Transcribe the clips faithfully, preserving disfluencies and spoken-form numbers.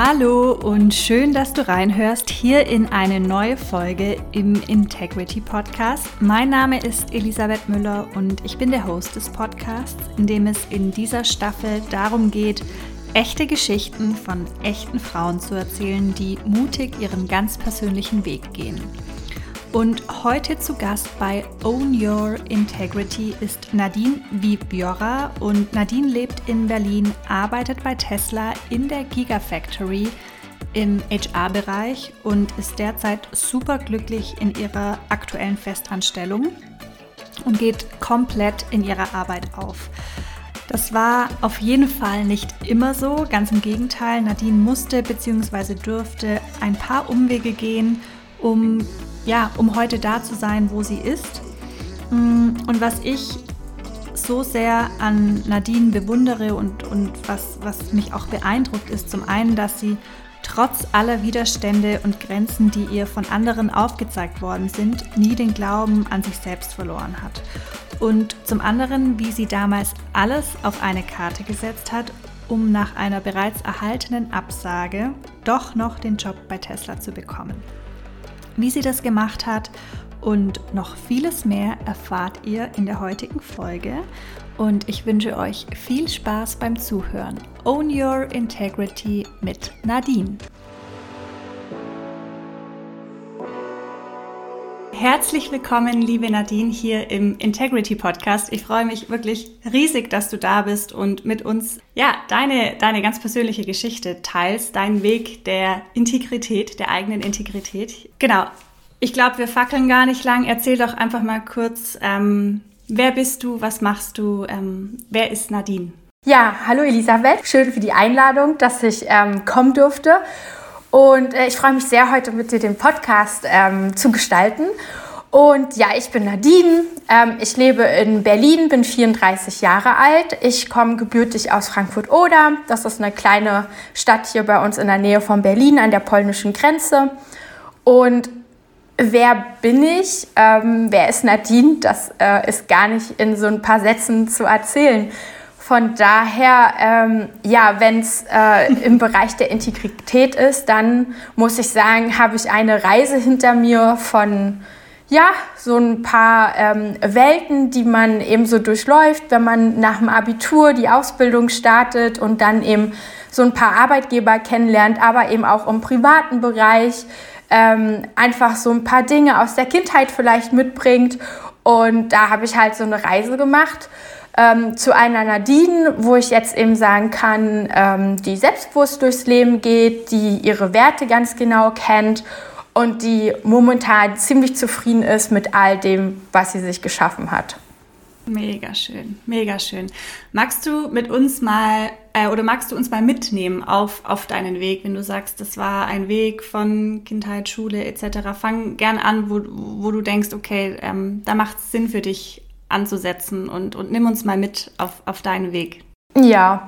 Hallo und schön, dass du reinhörst hier in eine neue Folge im Integrity Podcast. Mein Name ist Elisabeth Müller und ich bin der Host des Podcasts, in dem es in dieser Staffel darum geht, echte Geschichten von echten Frauen zu erzählen, die mutig ihren ganz persönlichen Weg gehen. Und heute zu Gast bei Own Your Integrity ist Nadine Wibjora und Nadine lebt in Berlin, arbeitet bei Tesla in der Gigafactory im H R-Bereich und ist derzeit super glücklich in ihrer aktuellen Festanstellung und geht komplett in ihrer Arbeit auf. Das war auf jeden Fall nicht immer so, ganz im Gegenteil. Nadine musste bzw. durfte ein paar Umwege gehen, um ja, um heute da zu sein, wo sie ist. Und was ich so sehr an Nadine bewundere und, und was, was mich auch beeindruckt, ist zum einen, dass sie trotz aller Widerstände und Grenzen, die ihr von anderen aufgezeigt worden sind, nie den Glauben an sich selbst verloren hat. Und zum anderen, wie sie damals alles auf eine Karte gesetzt hat, um nach einer bereits erhaltenen Absage doch noch den Job bei Tesla zu bekommen. Wie sie das gemacht hat und noch vieles mehr erfahrt ihr in der heutigen Folge und ich wünsche euch viel Spaß beim Zuhören. Own Your Integrity mit Nadine. Herzlich willkommen, liebe Nadine, hier im Integrity Podcast. Ich freue mich wirklich riesig, dass du da bist und mit uns ja deine, deine ganz persönliche Geschichte teilst, deinen Weg der Integrität, der eigenen Integrität. Genau, ich glaube, wir fackeln gar nicht lang. Erzähl doch einfach mal kurz, ähm, wer bist du, was machst du, ähm, wer ist Nadine? Ja, hallo Elisabeth, schön für die Einladung, dass ich ähm, kommen durfte. Und äh, ich freue mich sehr, heute mit dir den Podcast ähm, zu gestalten. Und ja, ich bin Nadine, ähm, ich lebe in Berlin, bin vierunddreißig Jahre alt. Ich komme gebürtig aus Frankfurt-Oder. Das ist eine kleine Stadt hier bei uns in der Nähe von Berlin an der polnischen Grenze. Und wer bin ich? Ähm, wer ist Nadine? Das äh, ist gar nicht in so ein paar Sätzen zu erzählen. Von daher, ähm, ja, wenn es äh, im Bereich der Integrität ist, dann muss ich sagen, habe ich eine Reise hinter mir von, ja, so ein paar ähm, Welten, die man eben so durchläuft, wenn man nach dem Abitur die Ausbildung startet und dann eben so ein paar Arbeitgeber kennenlernt, aber eben auch im privaten Bereich ähm, einfach so ein paar Dinge aus der Kindheit vielleicht mitbringt. Und da habe ich halt so eine Reise gemacht. Ähm, zu einer Nadine, wo ich jetzt eben sagen kann, ähm, die selbstbewusst durchs Leben geht, die ihre Werte ganz genau kennt und die momentan ziemlich zufrieden ist mit all dem, was sie sich geschaffen hat. Mega schön, mega schön. Magst du mit uns mal äh, oder magst du uns mal mitnehmen auf, auf deinen Weg, wenn du sagst, das war ein Weg von Kindheit, Schule et cetera. Fang gern an, wo, wo du denkst, okay, ähm, da macht es Sinn für dich anzusetzen und, und nimm uns mal mit auf, auf deinen Weg. Ja,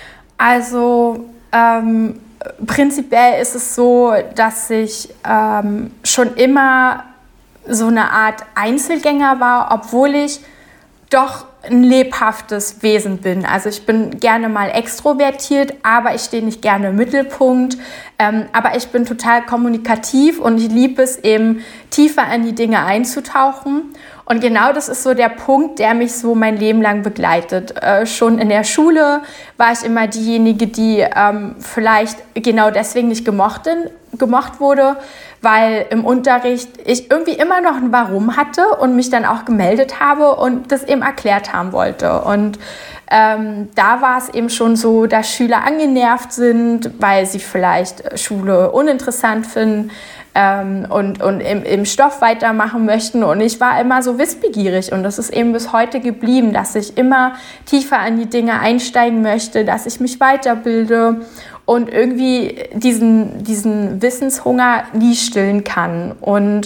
also ähm, prinzipiell ist es so, dass ich ähm, schon immer so eine Art Einzelgänger war, obwohl ich doch ein lebhaftes Wesen bin. Also ich bin gerne mal extrovertiert, aber ich stehe nicht gerne im Mittelpunkt. Ähm, aber ich bin total kommunikativ und ich liebe es eben, tiefer in die Dinge einzutauchen. Und genau das ist so der Punkt, der mich so mein Leben lang begleitet. Äh, schon in der Schule war ich immer diejenige, die ähm, vielleicht genau deswegen nicht gemocht, in, gemocht wurde, weil im Unterricht ich irgendwie immer noch ein Warum hatte und mich dann auch gemeldet habe und das eben erklärt haben wollte. Und ähm, da war es eben schon so, dass Schüler angenervt sind, weil sie vielleicht Schule uninteressant finden, Ähm, und, und im, im Stoff weitermachen möchten. Und ich war immer so wissbegierig und das ist eben bis heute geblieben, dass ich immer tiefer an die Dinge einsteigen möchte, dass ich mich weiterbilde und irgendwie diesen, diesen Wissenshunger nie stillen kann. Und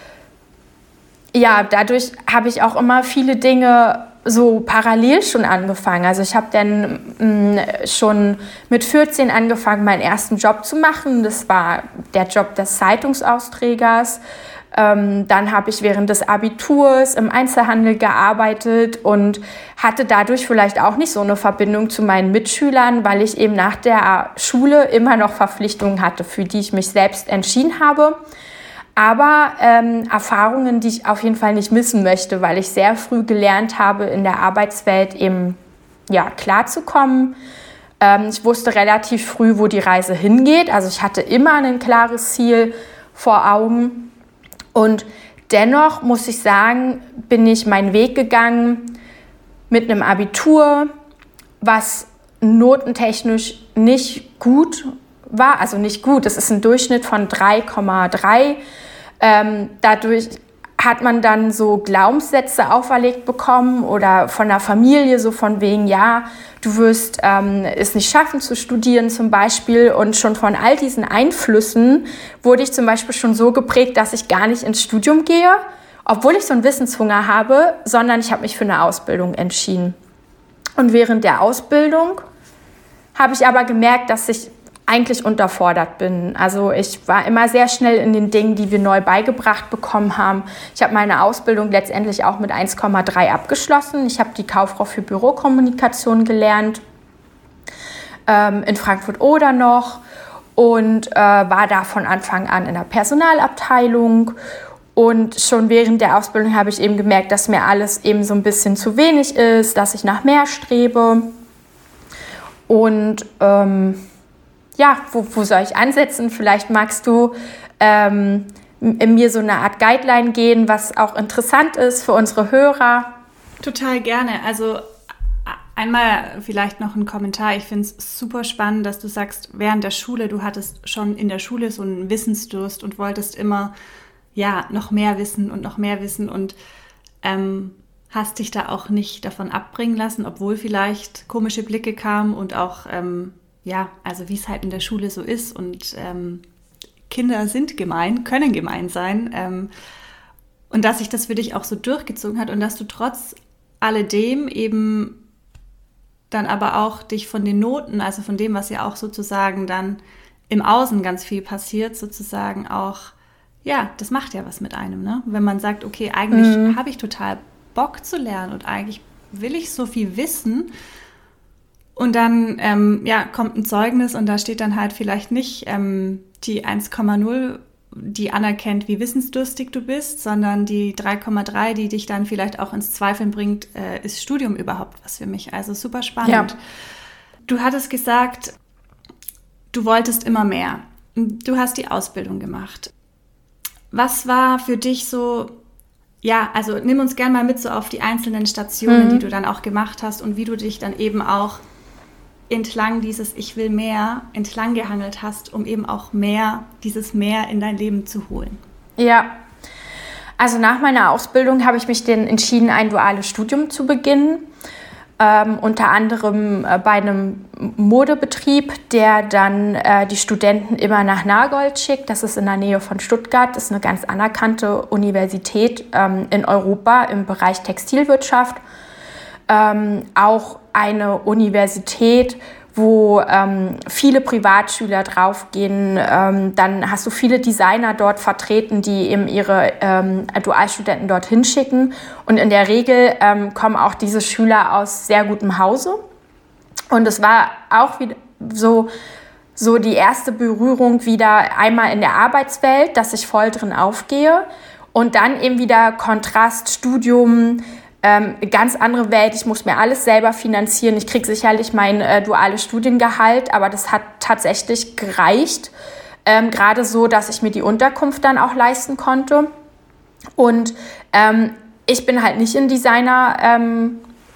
ja, dadurch habe ich auch immer viele Dinge so parallel schon angefangen. Also ich habe dann mh, schon mit vierzehn angefangen, meinen ersten Job zu machen. Das war der Job des Zeitungsausträgers. Ähm, dann habe ich während des Abiturs im Einzelhandel gearbeitet und hatte dadurch vielleicht auch nicht so eine Verbindung zu meinen Mitschülern, weil ich eben nach der Schule immer noch Verpflichtungen hatte, für die ich mich selbst entschieden habe. Aber ähm, Erfahrungen, die ich auf jeden Fall nicht missen möchte, weil ich sehr früh gelernt habe, in der Arbeitswelt eben ja, klarzukommen. Ähm, ich wusste relativ früh, wo die Reise hingeht. Also ich hatte immer ein klares Ziel vor Augen. Und dennoch muss ich sagen, bin ich meinen Weg gegangen mit einem Abitur, was notentechnisch nicht gut war. Also nicht gut, es ist ein Durchschnitt von drei Komma drei. Ähm, dadurch hat man dann so Glaubenssätze auferlegt bekommen oder von der Familie, so von wegen, ja, du wirst ähm, es nicht schaffen zu studieren zum Beispiel. Und schon von all diesen Einflüssen wurde ich zum Beispiel schon so geprägt, dass ich gar nicht ins Studium gehe, obwohl ich so einen Wissenshunger habe, sondern ich habe mich für eine Ausbildung entschieden. Und während der Ausbildung habe ich aber gemerkt, dass ich eigentlich unterfordert bin. Also ich war immer sehr schnell in den Dingen, die wir neu beigebracht bekommen haben. Ich habe meine Ausbildung letztendlich auch mit eins Komma drei abgeschlossen. Ich habe die Kauffrau für Bürokommunikation gelernt, ähm, in Frankfurt-Oder noch, und äh, war da von Anfang an in der Personalabteilung. Und schon während der Ausbildung habe ich eben gemerkt, dass mir alles eben so ein bisschen zu wenig ist, dass ich nach mehr strebe. Und ähm, ja, wo, wo soll ich ansetzen? Vielleicht magst du ähm, in mir so eine Art Guideline gehen, was auch interessant ist für unsere Hörer. Total gerne. Also einmal vielleicht noch ein Kommentar. Ich finde es super spannend, dass du sagst, während der Schule, du hattest schon in der Schule so einen Wissensdurst und wolltest immer ja noch mehr wissen und noch mehr wissen und ähm, hast dich da auch nicht davon abbringen lassen, obwohl vielleicht komische Blicke kamen und auch ähm, ja, also wie es halt in der Schule so ist, und ähm, Kinder sind gemein, können gemein sein, ähm, und dass sich das für dich auch so durchgezogen hat und dass du trotz alledem eben dann aber auch dich von den Noten, also von dem, was ja auch sozusagen dann im Außen ganz viel passiert, sozusagen auch, ja, das macht ja was mit einem, ne? Wenn man sagt, okay, eigentlich mhm. habe ich total Bock zu lernen und eigentlich will ich so viel wissen. Und dann ähm, ja, kommt ein Zeugnis und da steht dann halt vielleicht nicht ähm, die eins Komma null, die anerkennt, wie wissensdurstig du bist, sondern die drei Komma drei, die dich dann vielleicht auch ins Zweifeln bringt, äh, ist Studium überhaupt was für mich? Also super spannend. Ja. Du hattest gesagt, du wolltest immer mehr. Du hast die Ausbildung gemacht. Was war für dich so, ja, also nimm uns gerne mal mit so auf die einzelnen Stationen, mhm. die du dann auch gemacht hast und wie du dich dann eben auch entlang dieses Ich will mehr entlang gehangelt hast, um eben auch mehr, dieses Mehr in dein Leben zu holen. Ja, also nach meiner Ausbildung habe ich mich dann entschieden, ein duales Studium zu beginnen. Ähm, unter anderem äh, bei einem Modebetrieb, der dann äh, die Studenten immer nach Nagold schickt. Das ist in der Nähe von Stuttgart. Das ist eine ganz anerkannte Universität ähm, in Europa im Bereich Textilwirtschaft. Ähm, auch eine Universität, wo ähm, viele Privatschüler draufgehen. Ähm, dann hast du viele Designer dort vertreten, die eben ihre ähm, Dualstudenten dorthin schicken. Und in der Regel ähm, kommen auch diese Schüler aus sehr gutem Hause. Und es war auch wieder so, so die erste Berührung wieder einmal in der Arbeitswelt, dass ich voll drin aufgehe. Und dann eben wieder Kontrast, Studium, Ähm, ganz andere Welt, ich muss mir alles selber finanzieren. Ich kriege sicherlich mein äh, duales Studiengehalt, aber das hat tatsächlich gereicht. Ähm, gerade so, dass ich mir die Unterkunft dann auch leisten konnte. Und ähm, ich bin halt nicht in Designer-Sachen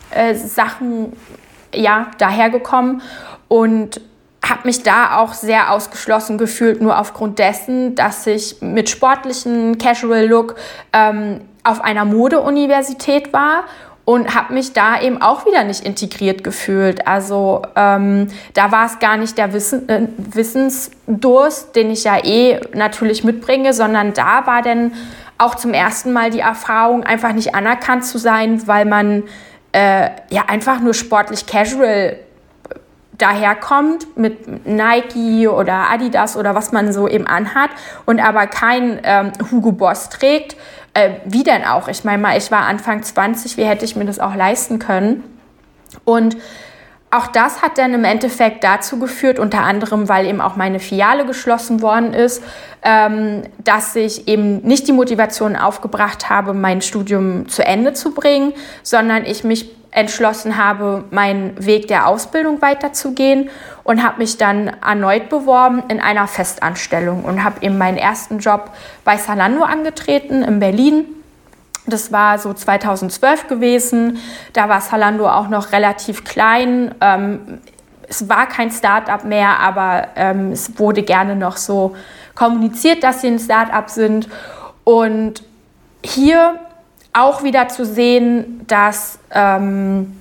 ähm, äh, ja, dahergekommen und habe mich da auch sehr ausgeschlossen gefühlt, nur aufgrund dessen, dass ich mit sportlichen Casual-Look ähm, auf einer Modeuniversität war und habe mich da eben auch wieder nicht integriert gefühlt. Also ähm, da war es gar nicht der Wissen, äh, Wissensdurst, den ich ja eh natürlich mitbringe, sondern da war dann auch zum ersten Mal die Erfahrung, einfach nicht anerkannt zu sein, weil man äh, ja einfach nur sportlich casual daherkommt mit Nike oder Adidas oder was man so eben anhat und aber kein ähm, Hugo Boss trägt, äh, wie denn auch? Ich meine mal, ich war Anfang zwanzig, wie hätte ich mir das auch leisten können? Und auch das hat dann im Endeffekt dazu geführt, unter anderem, weil eben auch meine Filiale geschlossen worden ist, ähm, dass ich eben nicht die Motivation aufgebracht habe, mein Studium zu Ende zu bringen, sondern ich mich entschlossen habe, meinen Weg der Ausbildung weiterzugehen und habe mich dann erneut beworben in einer Festanstellung und habe eben meinen ersten Job bei Zalando angetreten in Berlin. Das war so zweitausendzwölf gewesen, da war Zalando auch noch relativ klein. Ähm, es war kein Start-up mehr, aber ähm, es wurde gerne noch so kommuniziert, dass sie ein Start-up sind. Und hier auch wieder zu sehen, dass ähm,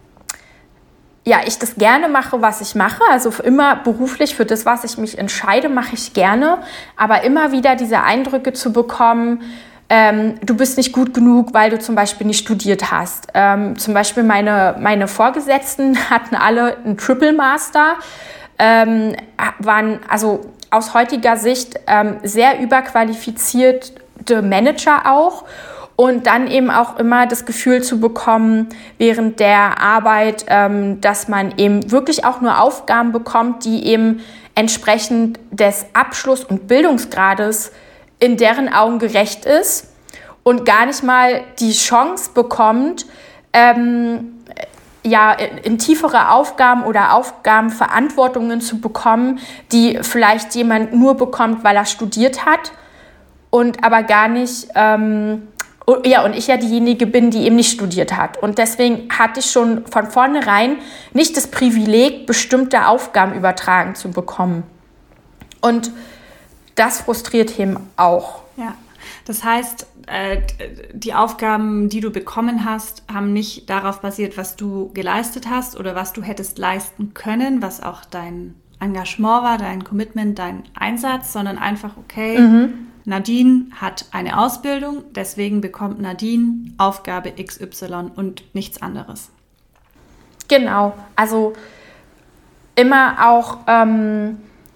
ja, ich das gerne mache, was ich mache. Also für immer beruflich, für das, was ich mich entscheide, mache ich gerne. Aber immer wieder diese Eindrücke zu bekommen, ähm, du bist nicht gut genug, weil du zum Beispiel nicht studiert hast. Ähm, zum Beispiel meine, meine Vorgesetzten hatten alle einen Triple Master, ähm, waren also aus heutiger Sicht ähm, sehr überqualifizierte Manager auch. Und dann eben auch immer das Gefühl zu bekommen, während der Arbeit, ähm, dass man eben wirklich auch nur Aufgaben bekommt, die eben entsprechend des Abschluss- und Bildungsgrades in deren Augen gerecht ist und gar nicht mal die Chance bekommt, ähm, ja, in, in tiefere Aufgaben oder Aufgabenverantwortungen zu bekommen, die vielleicht jemand nur bekommt, weil er studiert hat und aber gar nicht... Ähm, Ja, und ich ja diejenige bin, die eben nicht studiert hat. Und deswegen hatte ich schon von vornherein nicht das Privileg, bestimmte Aufgaben übertragen zu bekommen. Und das frustriert eben auch. Ja, das heißt, äh, die Aufgaben, die du bekommen hast, haben nicht darauf basiert, was du geleistet hast oder was du hättest leisten können, was auch dein Engagement war, dein Commitment, dein Einsatz, sondern einfach, okay, mhm. Nadine hat eine Ausbildung, deswegen bekommt Nadine Aufgabe X Y und nichts anderes. Genau, also immer auch ähm,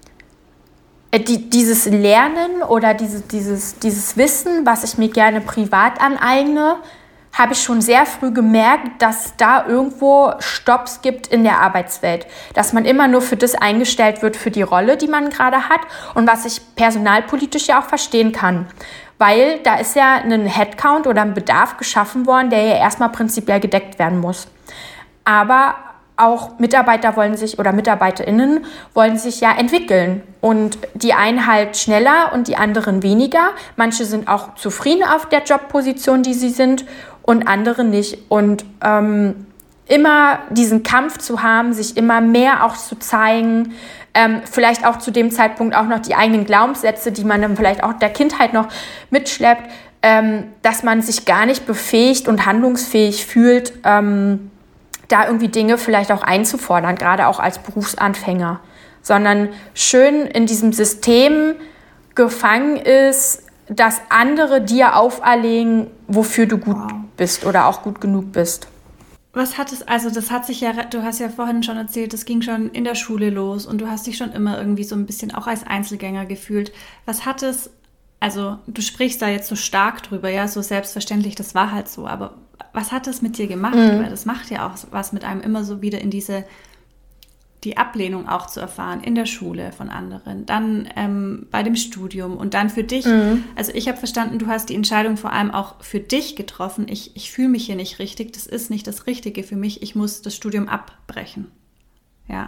die, dieses Lernen oder diese, dieses, dieses Wissen, was ich mir gerne privat aneigne, habe ich schon sehr früh gemerkt, dass da irgendwo Stopps gibt in der Arbeitswelt. Dass man immer nur für das eingestellt wird, für die Rolle, die man gerade hat und was ich personalpolitisch ja auch verstehen kann. Weil da ist ja ein Headcount oder ein Bedarf geschaffen worden, der ja erstmal prinzipiell gedeckt werden muss. Aber auch Mitarbeiter wollen sich oder MitarbeiterInnen wollen sich ja entwickeln. Und die einen halt schneller und die anderen weniger. Manche sind auch zufrieden auf der Jobposition, die sie sind, und andere nicht. Und ähm, immer diesen Kampf zu haben, sich immer mehr auch zu zeigen, ähm, vielleicht auch zu dem Zeitpunkt auch noch die eigenen Glaubenssätze, die man dann vielleicht auch der Kindheit noch mitschleppt, ähm, dass man sich gar nicht befähigt und handlungsfähig fühlt, ähm, da irgendwie Dinge vielleicht auch einzufordern, gerade auch als Berufsanfänger, sondern schön in diesem System gefangen ist, dass andere dir auferlegen, wofür du gut wow. bist oder auch gut genug bist. Was hat es, also das hat sich ja, du hast ja vorhin schon erzählt, das ging schon in der Schule los und du hast dich schon immer irgendwie so ein bisschen auch als Einzelgänger gefühlt. Was hat es, also du sprichst da jetzt so stark drüber, ja, so selbstverständlich, das war halt so, aber was hat es mit dir gemacht? Mhm. Weil das macht ja auch was mit einem, immer so wieder in diese, die Ablehnung auch zu erfahren, in der Schule von anderen, dann ähm, bei dem Studium und dann für dich. Mhm. Also ich habe verstanden, du hast die Entscheidung vor allem auch für dich getroffen. Ich, ich fühle mich hier nicht richtig, das ist nicht das Richtige für mich, ich muss das Studium abbrechen. Ja.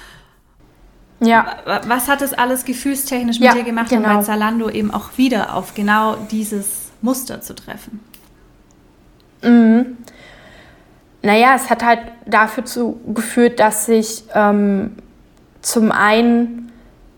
Ja. Was hat das alles gefühlstechnisch mit ja, dir gemacht, genau. um bei Zalando eben auch wieder auf genau dieses Muster zu treffen? Mhm. Naja, es hat halt dafür zu, geführt, dass ich ähm, zum einen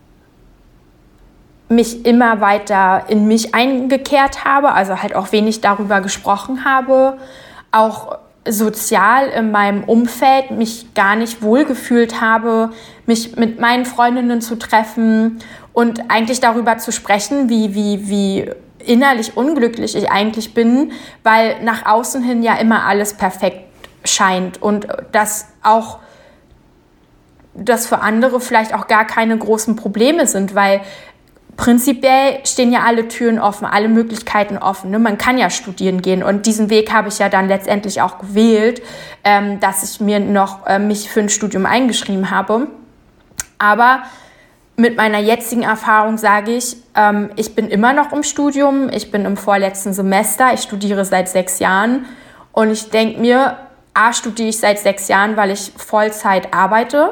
mich immer weiter in mich eingekehrt habe, also halt auch wenig darüber gesprochen habe, auch sozial in meinem Umfeld mich gar nicht wohlgefühlt habe, mich mit meinen Freundinnen zu treffen und eigentlich darüber zu sprechen, wie, wie, wie innerlich unglücklich ich eigentlich bin, weil nach außen hin ja immer alles perfekt scheint und dass auch das für andere vielleicht auch gar keine großen Probleme sind, weil prinzipiell stehen ja alle Türen offen, alle Möglichkeiten offen. Ne? Man kann ja studieren gehen und diesen Weg habe ich ja dann letztendlich auch gewählt, ähm, dass ich mir noch äh, mich für ein Studium eingeschrieben habe. Aber mit meiner jetzigen Erfahrung sage ich, ähm, ich bin immer noch im Studium, ich bin im vorletzten Semester, ich studiere seit sechs Jahren und ich denke mir, A, studiere ich seit sechs Jahren, weil ich Vollzeit arbeite,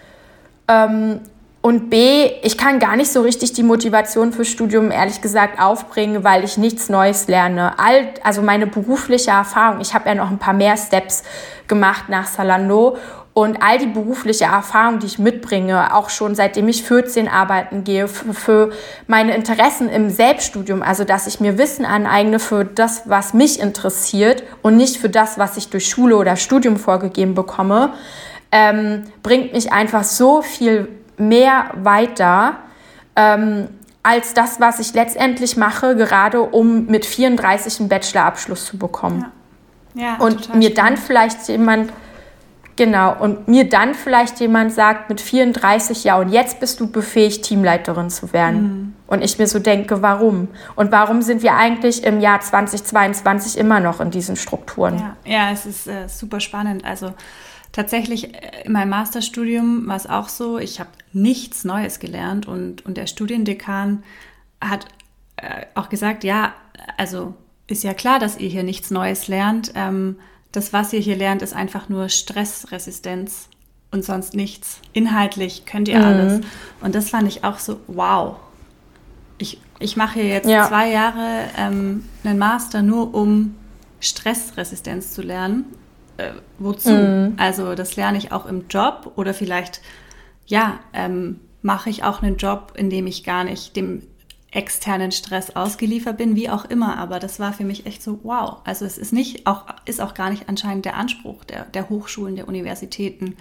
ähm, und B, ich kann gar nicht so richtig die Motivation fürs Studium, ehrlich gesagt, aufbringen, weil ich nichts Neues lerne. All, also meine berufliche Erfahrung, ich habe ja noch ein paar mehr Steps gemacht nach Zalando und all die berufliche Erfahrung, die ich mitbringe, auch schon seitdem ich vierzehn arbeiten gehe, für, für meine Interessen im Selbststudium, also dass ich mir Wissen aneigne für das, was mich interessiert und nicht für das, was ich durch Schule oder Studium vorgegeben bekomme, ähm, bringt mich einfach so viel mehr weiter ähm, als das, was ich letztendlich mache, gerade um mit vierunddreißig einen Bachelorabschluss zu bekommen. Ja. Ja, und mir dann vielleicht jemand, genau, und mir dann vielleicht jemand sagt mit vierunddreißig, ja, und jetzt bist du befähigt, Teamleiterin zu werden. Mhm. Und ich mir so denke, warum? Und warum sind wir eigentlich im Jahr zweitausendzweiundzwanzig immer noch in diesen Strukturen? Ja, ja, es ist äh, super spannend. Also tatsächlich in meinem Masterstudium war es auch so, ich habe nichts Neues gelernt und, und der Studiendekan hat äh, auch gesagt, ja, also ist ja klar, dass ihr hier nichts Neues lernt. Ähm, das, was ihr hier lernt, ist einfach nur Stressresistenz und sonst nichts. Inhaltlich könnt ihr mhm. alles. Und das fand ich auch so, wow. Ich, ich mache hier jetzt ja. zwei Jahre ähm, einen Master nur, um Stressresistenz zu lernen. Äh, wozu? Mhm. Also das lerne ich auch im Job oder vielleicht, ja, ähm, mache ich auch einen Job, in dem ich gar nicht dem externen Stress ausgeliefert bin, wie auch immer. Aber das war für mich echt so, wow. Also es ist nicht, auch ist auch gar nicht anscheinend der Anspruch der, der Hochschulen, der Universitäten,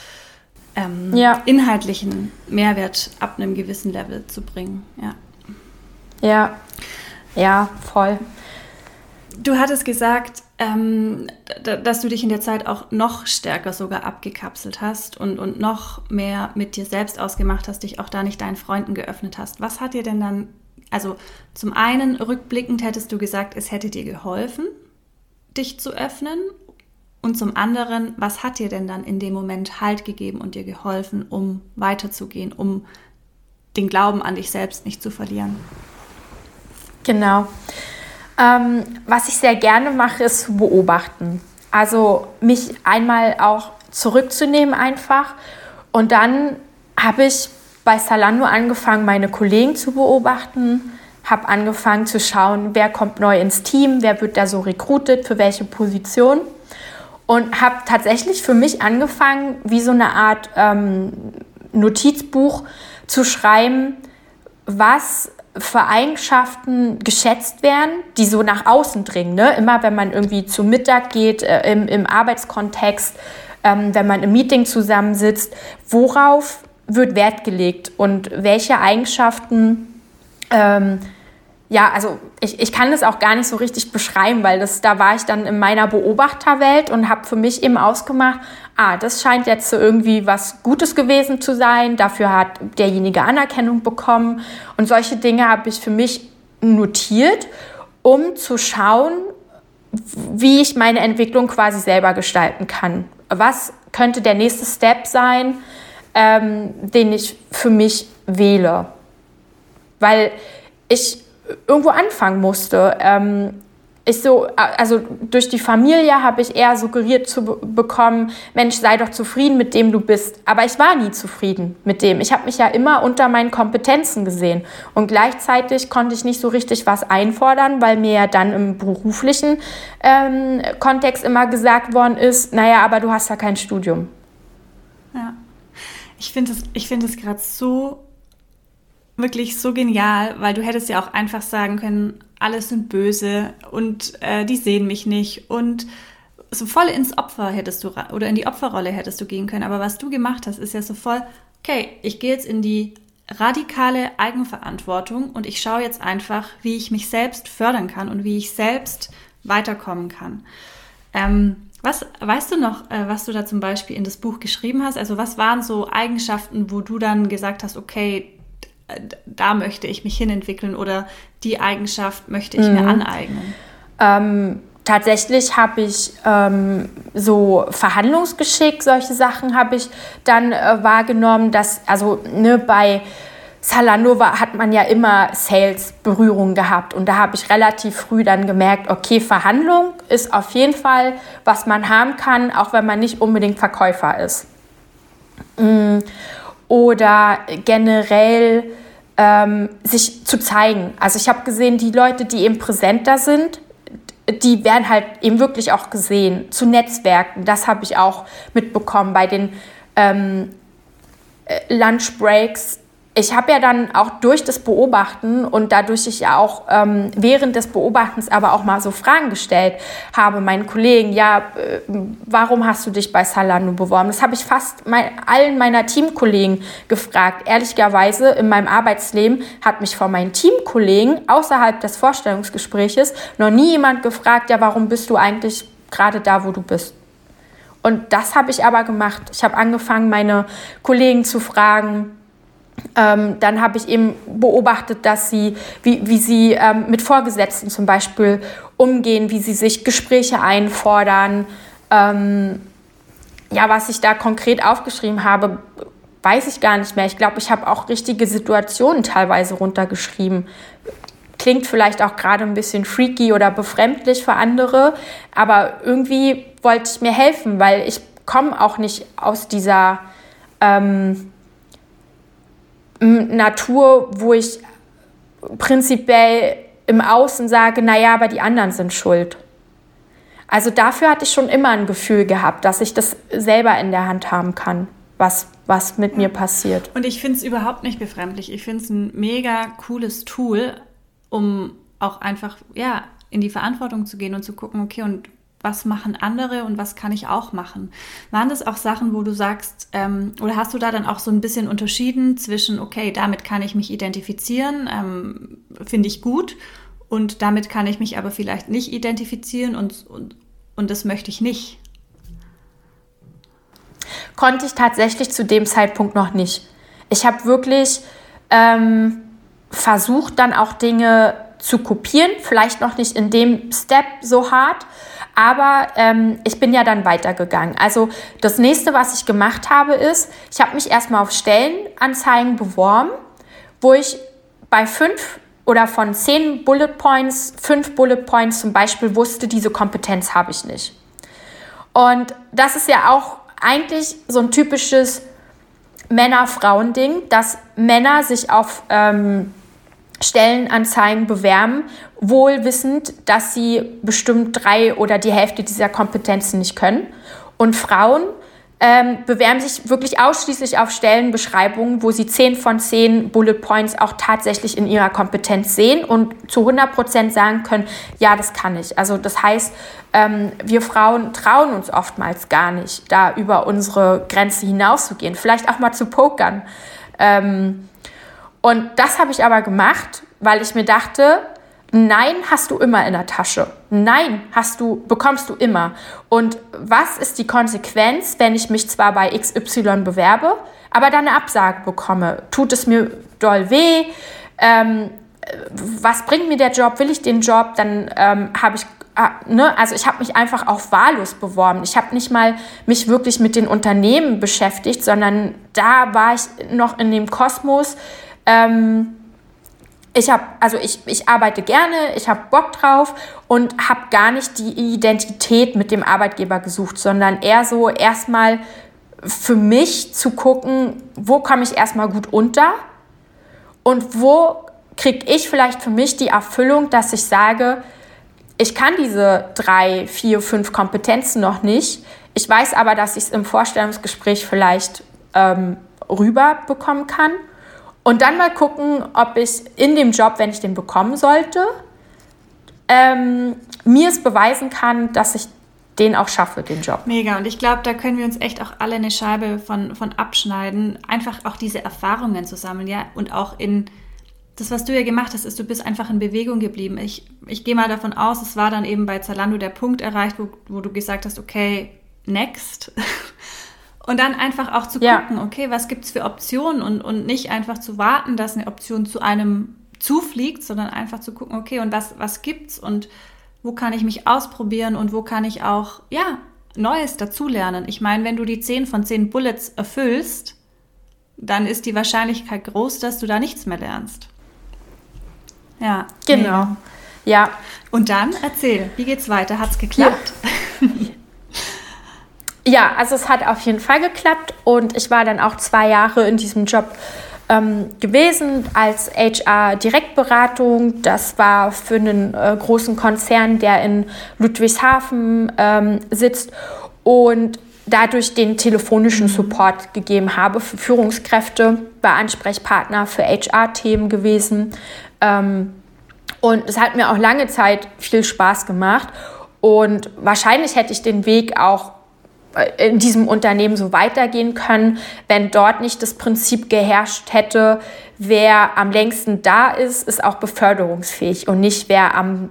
ähm, ja. inhaltlichen Mehrwert ab einem gewissen Level zu bringen. Ja, ja, ja, voll. Du hattest gesagt, ähm, d- dass du dich in der Zeit auch noch stärker sogar abgekapselt hast und, und noch mehr mit dir selbst ausgemacht hast, dich auch da nicht deinen Freunden geöffnet hast. Was hat dir denn dann, also zum einen rückblickend hättest du gesagt, es hätte dir geholfen, dich zu öffnen, und zum anderen, was hat dir denn dann in dem Moment Halt gegeben und dir geholfen, um weiterzugehen, um den Glauben an dich selbst nicht zu verlieren? Genau. Ähm, was ich sehr gerne mache, ist zu beobachten. Also mich einmal auch zurückzunehmen einfach. Und dann habe ich bei Zalando angefangen, meine Kollegen zu beobachten, habe angefangen zu schauen, wer kommt neu ins Team, wer wird da so recruited, für welche Position. Und habe tatsächlich für mich angefangen, wie so eine Art ähm, Notizbuch zu schreiben, was für Eigenschaften geschätzt werden, die so nach außen dringen. Ne? Immer wenn man irgendwie zu Mittag geht, äh, im, im Arbeitskontext, ähm, wenn man im Meeting zusammensitzt, worauf wird Wert gelegt und welche Eigenschaften, ähm, ja, also ich, ich kann das auch gar nicht so richtig beschreiben, weil das, da war ich dann in meiner Beobachterwelt und habe für mich eben ausgemacht, ah, das scheint jetzt so irgendwie was Gutes gewesen zu sein, dafür hat derjenige Anerkennung bekommen und solche Dinge habe ich für mich notiert, um zu schauen, wie ich meine Entwicklung quasi selber gestalten kann. Was könnte der nächste Step sein, ähm, den ich für mich wähle? Weil ich irgendwo anfangen musste. Ähm, ich so, also durch die Familie habe ich eher suggeriert zu be- bekommen, Mensch, sei doch zufrieden mit dem du bist. Aber ich war nie zufrieden mit dem. Ich habe mich ja immer unter meinen Kompetenzen gesehen. Und gleichzeitig konnte ich nicht so richtig was einfordern, weil mir ja dann im beruflichen ähm, Kontext immer gesagt worden ist, naja, aber du hast ja kein Studium. Ja, ich finde es ich finde es gerade so wirklich so genial, weil du hättest ja auch einfach sagen können, alles sind böse und äh, die sehen mich nicht und so voll ins Opfer hättest du, oder in die Opferrolle hättest du gehen können. Aber was du gemacht hast, ist ja so voll, okay, ich gehe jetzt in die radikale Eigenverantwortung und ich schaue jetzt einfach, wie ich mich selbst fördern kann und wie ich selbst weiterkommen kann. Ähm, Was weißt du noch, was du da zum Beispiel in das Buch geschrieben hast? Also was waren so Eigenschaften, wo du dann gesagt hast, okay, da möchte ich mich hinentwickeln oder die Eigenschaft möchte ich mhm. mir aneignen? Ähm, tatsächlich habe ich ähm, so Verhandlungsgeschick, solche Sachen habe ich dann äh, wahrgenommen, dass, also ne, bei Zalando war, hat man ja immer Sales-Berührungen gehabt und da habe ich relativ früh dann gemerkt, okay, Verhandlung ist auf jeden Fall, was man haben kann, auch wenn man nicht unbedingt Verkäufer ist. Mm. Oder generell ähm, sich zu zeigen. Also ich habe gesehen, die Leute, die eben präsenter sind, die werden halt eben wirklich auch gesehen. Zu Netzwerken, das habe ich auch mitbekommen bei den ähm, Lunchbreaks. Ich habe ja dann auch durch das Beobachten und dadurch ich ja auch ähm, während des Beobachtens aber auch mal so Fragen gestellt habe, meinen Kollegen, ja, äh, warum hast du dich bei Zalando beworben? Das habe ich fast mein, allen meiner Teamkollegen gefragt. Ehrlicherweise in meinem Arbeitsleben hat mich von meinen Teamkollegen außerhalb des Vorstellungsgespräches noch nie jemand gefragt, ja, warum bist du eigentlich gerade da, wo du bist? Und das habe ich aber gemacht. Ich habe angefangen, meine Kollegen zu fragen. Ähm, dann habe ich eben beobachtet, dass sie, wie, wie sie ähm, mit Vorgesetzten zum Beispiel umgehen, wie sie sich Gespräche einfordern. Ähm, ja, was ich da konkret aufgeschrieben habe, weiß ich gar nicht mehr. Ich glaube, ich habe auch richtige Situationen teilweise runtergeschrieben. Klingt vielleicht auch gerade ein bisschen freaky oder befremdlich für andere, aber irgendwie wollte ich mir helfen, weil ich komme auch nicht aus dieser ähm, Natur, wo ich prinzipiell im Außen sage, naja, aber die anderen sind schuld. Also dafür hatte ich schon immer ein Gefühl gehabt, dass ich das selber in der Hand haben kann, was, was mit ja. mir passiert. Und ich finde es überhaupt nicht befremdlich. Ich finde es ein mega cooles Tool, um auch einfach ja, in die Verantwortung zu gehen und zu gucken, okay, und was machen andere und was kann ich auch machen? Waren das auch Sachen, wo du sagst, ähm, oder hast du da dann auch so ein bisschen unterschieden zwischen, okay, damit kann ich mich identifizieren, ähm, finde ich gut, und damit kann ich mich aber vielleicht nicht identifizieren und, und, und das möchte ich nicht? Konnte ich tatsächlich zu dem Zeitpunkt noch nicht. Ich habe wirklich ähm, versucht, dann auch Dinge zu kopieren, vielleicht noch nicht in dem Step so hart, aber ähm, ich bin ja dann weitergegangen. Also das nächste, was ich gemacht habe, ist, ich habe mich erstmal auf Stellenanzeigen beworben, wo ich bei fünf oder von zehn Bullet Points, fünf Bullet Points zum Beispiel wusste, diese Kompetenz habe ich nicht. Und das ist ja auch eigentlich so ein typisches Männer-Frauen-Ding, dass Männer sich auf ähm, Stellenanzeigen bewerben, wohl wissend, dass sie bestimmt drei oder die Hälfte dieser Kompetenzen nicht können. Und Frauen ähm, bewerben sich wirklich ausschließlich auf Stellenbeschreibungen, wo sie zehn von zehn Bullet Points auch tatsächlich in ihrer Kompetenz sehen und zu hundert Prozent sagen können, ja, das kann ich. Also das heißt, ähm, wir Frauen trauen uns oftmals gar nicht, da über unsere Grenze hinauszugehen, vielleicht auch mal zu pokern. Ähm, Und das habe ich aber gemacht, weil ich mir dachte, Nein hast du immer in der Tasche. Nein hast du, bekommst du immer. Und was ist die Konsequenz, wenn ich mich zwar bei X Y bewerbe, aber dann eine Absage bekomme? Tut es mir doll weh? Ähm, was bringt mir der Job? Will ich den Job? Dann ähm, habe ich, äh, ne? also ich habe mich einfach auch wahllos beworben. Ich habe nicht mal mich wirklich mit den Unternehmen beschäftigt, sondern da war ich noch in dem Kosmos. Ähm, Ich habe, also ich, ich arbeite gerne, ich habe Bock drauf und habe gar nicht die Identität mit dem Arbeitgeber gesucht, sondern eher so erstmal für mich zu gucken, wo komme ich erstmal gut unter und wo kriege ich vielleicht für mich die Erfüllung, dass ich sage, ich kann diese drei, vier, fünf Kompetenzen noch nicht. Ich weiß aber, dass ich es im Vorstellungsgespräch vielleicht ähm, rüberbekommen kann. Und dann mal gucken, ob ich in dem Job, wenn ich den bekommen sollte, ähm, mir es beweisen kann, dass ich den auch schaffe, den Job. Mega. Und ich glaube, da können wir uns echt auch alle eine Scheibe von, von abschneiden. Einfach auch diese Erfahrungen zu sammeln, ja. Und auch in, das, was du ja gemacht hast, ist, du bist einfach in Bewegung geblieben. Ich, ich gehe mal davon aus, es war dann eben bei Zalando der Punkt erreicht, wo, wo du gesagt hast, okay, next. Und dann einfach auch zu ja. gucken, okay, was gibt es für Optionen und, und nicht einfach zu warten, dass eine Option zu einem zufliegt, sondern einfach zu gucken, okay, und was, was gibt's und wo kann ich mich ausprobieren und wo kann ich auch, ja, Neues dazulernen. Ich meine, wenn du die zehn von zehn Bullets erfüllst, dann ist die Wahrscheinlichkeit groß, dass du da nichts mehr lernst. Ja. Genau. Nee. Ja. Und dann erzähl, wie geht's weiter? Hat's geklappt? Ja. Ja, also es hat auf jeden Fall geklappt und ich war dann auch zwei Jahre in diesem Job ähm, gewesen als H R-Direktberatung. Das war für einen äh, großen Konzern, der in Ludwigshafen ähm, sitzt und dadurch den telefonischen Support gegeben habe für Führungskräfte, war Ansprechpartner für H R-Themen gewesen. Ähm, und es hat mir auch lange Zeit viel Spaß gemacht und wahrscheinlich hätte ich den Weg auch in diesem Unternehmen so weitergehen können, wenn dort nicht das Prinzip geherrscht hätte, wer am längsten da ist, ist auch beförderungsfähig und nicht wer am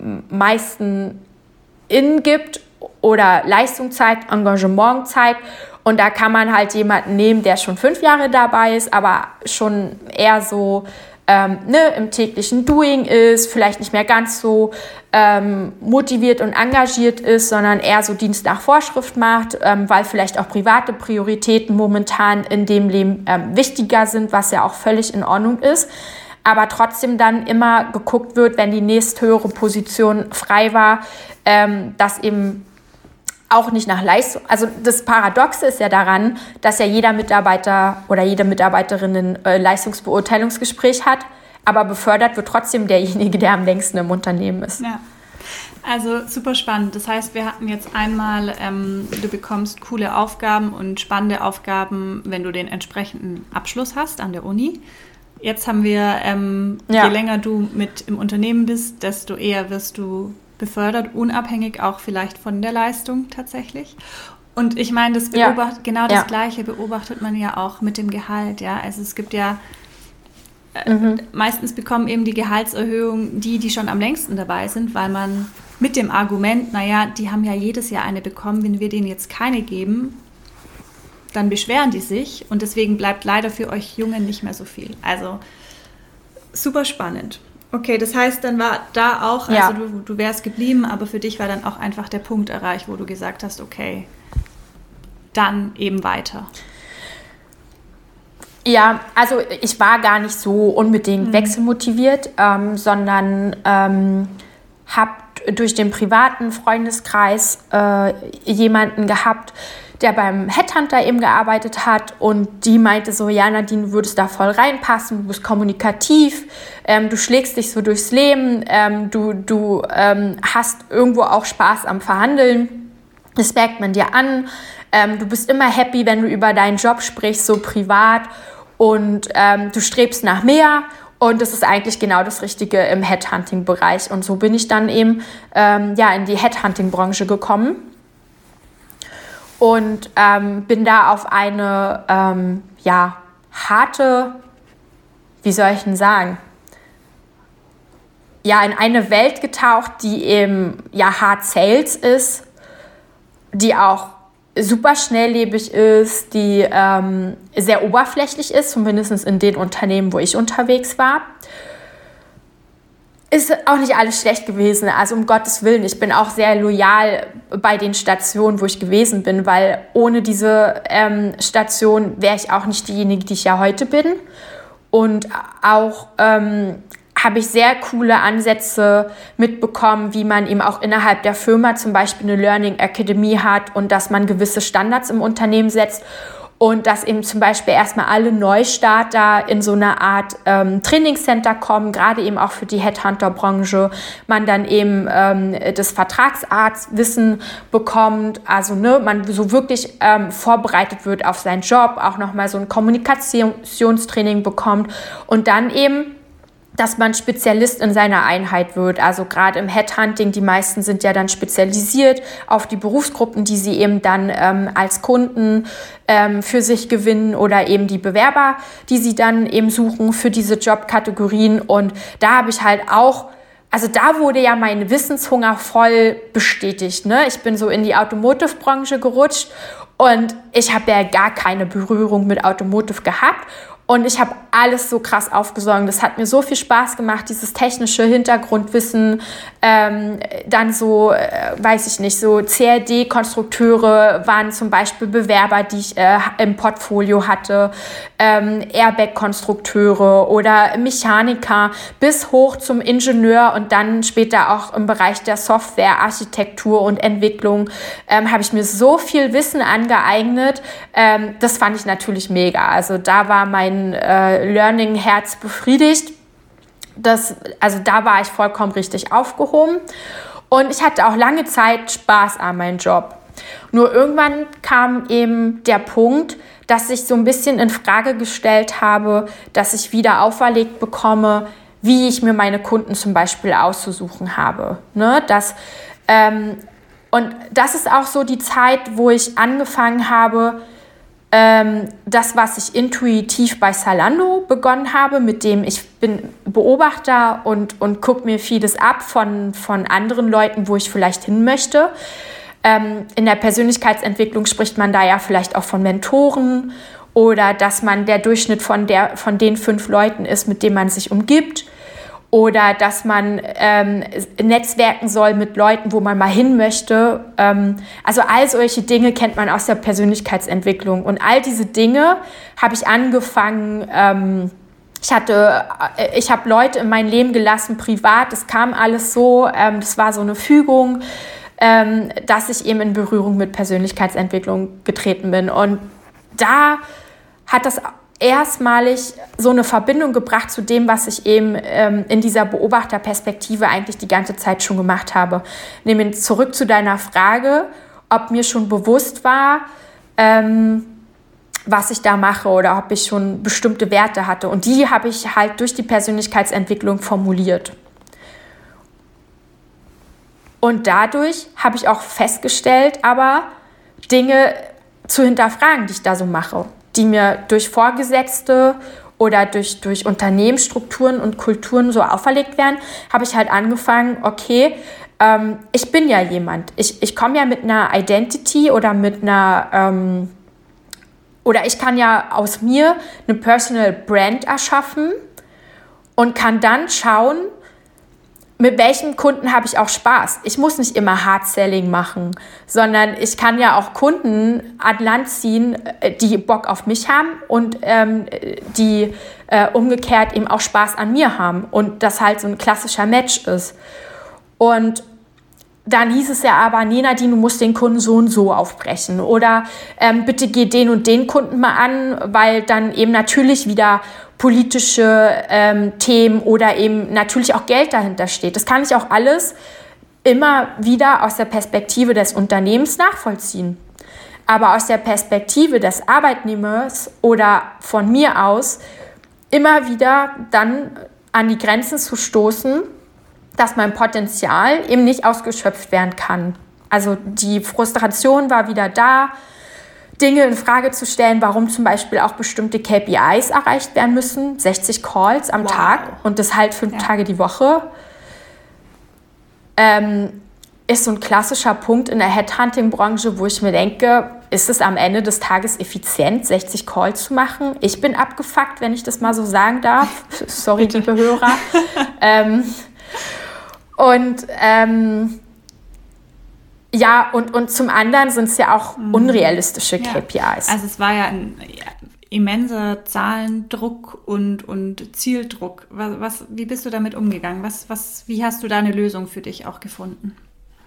meisten in gibt oder Leistung zeigt, Engagement zeigt. Und da kann man halt jemanden nehmen, der schon fünf Jahre dabei ist, aber schon eher so ähm, ne, im täglichen Doing ist, vielleicht nicht mehr ganz so ähm, motiviert und engagiert ist, sondern eher so Dienst nach Vorschrift macht, ähm, weil vielleicht auch private Prioritäten momentan in dem Leben ähm, wichtiger sind, was ja auch völlig in Ordnung ist. Aber trotzdem dann immer geguckt wird, wenn die nächsthöhere Position frei war, ähm, dass eben auch nicht nach Leistung, also das Paradoxe ist ja daran, dass ja jeder Mitarbeiter oder jede Mitarbeiterin ein äh, Leistungsbeurteilungsgespräch hat, aber befördert wird trotzdem derjenige, der am längsten im Unternehmen ist. Ja, also super spannend. Das heißt, wir hatten jetzt einmal, ähm, du bekommst coole Aufgaben und spannende Aufgaben, wenn du den entsprechenden Abschluss hast an der Uni. Jetzt haben wir, ähm, ja. je länger du mit im Unternehmen bist, desto eher wirst du befördert, unabhängig auch vielleicht von der Leistung tatsächlich. Und ich meine, das beobacht, ja. genau das ja. Gleiche beobachtet man ja auch mit dem Gehalt. Ja? Also es gibt ja, äh, mhm. meistens bekommen eben die Gehaltserhöhung die, die schon am längsten dabei sind, weil man mit dem Argument, naja, die haben ja jedes Jahr eine bekommen, wenn wir denen jetzt keine geben, dann beschweren die sich und deswegen bleibt leider für euch Jungen nicht mehr so viel. Also super spannend. Okay, das heißt, dann war da auch, also ja. du, du wärst geblieben, aber für dich war dann auch einfach der Punkt erreicht, wo du gesagt hast, okay, dann eben weiter. Ja, also ich war gar nicht so unbedingt mhm. wechselmotiviert, ähm, sondern ähm, habe durch den privaten Freundeskreis äh, jemanden gehabt, der beim Headhunter eben gearbeitet hat und die meinte so, ja Nadine, du würdest da voll reinpassen, du bist kommunikativ, ähm, du schlägst dich so durchs Leben, ähm, du, du ähm, hast irgendwo auch Spaß am Verhandeln, das merkt man dir an, ähm, du bist immer happy, wenn du über deinen Job sprichst, so privat und ähm, du strebst nach mehr und das ist eigentlich genau das Richtige im Headhunting-Bereich und so bin ich dann eben ähm, ja, in die Headhunting-Branche gekommen. Und ähm, bin da auf eine ähm, ja, harte, wie soll ich denn sagen, ja, in eine Welt getaucht, die eben ja Hard Sales ist, die auch super schnelllebig ist, die ähm, sehr oberflächlich ist, zumindest in den Unternehmen, wo ich unterwegs war. Ist auch nicht alles schlecht gewesen, also um Gottes Willen. Ich bin auch sehr loyal bei den Stationen, wo ich gewesen bin, weil ohne diese ähm, Station wäre ich auch nicht diejenige, die ich ja heute bin. Und auch ähm, habe ich sehr coole Ansätze mitbekommen, wie man eben auch innerhalb der Firma zum Beispiel eine Learning Academy hat und dass man gewisse Standards im Unternehmen setzt. Und dass eben zum Beispiel erstmal alle Neustarter in so eine Art ähm, Trainingscenter kommen, gerade eben auch für die Headhunter-Branche. Man dann eben ähm, das Vertragsarztwissen bekommt, also ne, man so wirklich ähm, vorbereitet wird auf seinen Job, auch nochmal so ein Kommunikationstraining bekommt und dann eben dass man Spezialist in seiner Einheit wird. Also gerade im Headhunting, die meisten sind ja dann spezialisiert auf die Berufsgruppen, die sie eben dann ähm, als Kunden ähm, für sich gewinnen oder eben die Bewerber, die sie dann eben suchen für diese Jobkategorien. Und da habe ich halt auch, also da wurde ja mein Wissenshunger voll bestätigt, ne? Ich bin so in die Automotive-Branche gerutscht und ich habe ja gar keine Berührung mit Automotive gehabt. Und ich habe alles so krass aufgesogen. Das hat mir so viel Spaß gemacht, dieses technische Hintergrundwissen. Ähm, dann so, äh, weiß ich nicht, so C A D-Konstrukteure waren zum Beispiel Bewerber, die ich äh, im Portfolio hatte. Ähm, Airbag-Konstrukteure oder Mechaniker bis hoch zum Ingenieur und dann später auch im Bereich der Software, Architektur und Entwicklung ähm, habe ich mir so viel Wissen angeeignet. Ähm, das fand ich natürlich mega. Also da war mein Äh, Learning-Herz befriedigt. Das, also da war ich vollkommen richtig aufgehoben. Und ich hatte auch lange Zeit Spaß an meinem Job. Nur irgendwann kam eben der Punkt, dass ich so ein bisschen in Frage gestellt habe, dass ich wieder auferlegt bekomme, wie ich mir meine Kunden zum Beispiel auszusuchen habe. Ne? Das, ähm, und das ist auch so die Zeit, wo ich angefangen habe, das, was ich intuitiv bei Zalando begonnen habe, mit dem ich bin Beobachter und, und gucke mir vieles ab von, von anderen Leuten, wo ich vielleicht hin möchte. Ähm, in der Persönlichkeitsentwicklung spricht man da ja vielleicht auch von Mentoren oder dass man der Durchschnitt von, der, von den fünf Leuten ist, mit denen man sich umgibt. Oder dass man ähm, netzwerken soll mit Leuten, wo man mal hin möchte. Ähm, also all solche Dinge kennt man aus der Persönlichkeitsentwicklung. Und all diese Dinge habe ich angefangen, ähm, ich hatte, ich habe Leute in mein Leben gelassen, privat, das kam alles so, ähm, das war so eine Fügung, ähm, dass ich eben in Berührung mit Persönlichkeitsentwicklung getreten bin. Und da hat das erstmalig so eine Verbindung gebracht zu dem, was ich eben ähm, in dieser Beobachterperspektive eigentlich die ganze Zeit schon gemacht habe. Nämlich zurück zu deiner Frage, ob mir schon bewusst war, ähm, was ich da mache oder ob ich schon bestimmte Werte hatte. Und die habe ich halt durch die Persönlichkeitsentwicklung formuliert. Und dadurch habe ich auch festgestellt, aber Dinge zu hinterfragen, die ich da so mache, die mir durch Vorgesetzte oder durch, durch Unternehmensstrukturen und Kulturen so auferlegt werden, habe ich halt angefangen, okay, ähm, ich bin ja jemand. Ich, ich komme ja mit einer Identity oder mit einer, ähm, oder ich kann ja aus mir eine Personal Brand erschaffen und kann dann schauen, mit welchen Kunden habe ich auch Spaß. Ich muss nicht immer Hard-Selling machen, sondern ich kann ja auch Kunden an Land ziehen, die Bock auf mich haben und ähm, die äh, umgekehrt eben auch Spaß an mir haben und das halt so ein klassischer Match ist. Und dann hieß es ja aber, nee, Nadine, du musst den Kunden so und so aufbrechen oder ähm, bitte geh den und den Kunden mal an, weil dann eben natürlich wieder politische ähm, Themen oder eben natürlich auch Geld dahinter steht. Das kann ich auch alles immer wieder aus der Perspektive des Unternehmens nachvollziehen. Aber aus der Perspektive des Arbeitnehmers oder von mir aus immer wieder dann an die Grenzen zu stoßen, dass mein Potenzial eben nicht ausgeschöpft werden kann. Also die Frustration war wieder da, Dinge in Frage zu stellen, warum zum Beispiel auch bestimmte K P Is erreicht werden müssen, sechzig Calls am wow. Tag und das halt fünf ja. Tage die Woche, ähm, ist so ein klassischer Punkt in der Headhunting-Branche, wo ich mir denke, ist es am Ende des Tages effizient, sechzig Calls zu machen? Ich bin abgefuckt, wenn ich das mal so sagen darf. Sorry, liebe Hörer. ähm, und ähm, Ja, und, und zum anderen sind es ja auch unrealistische ja. K P Is. Also es war ja ein ja, immenser Zahlendruck und, und Zieldruck. Was, was, wie bist du damit umgegangen? Was, was, wie hast du da eine Lösung für dich auch gefunden?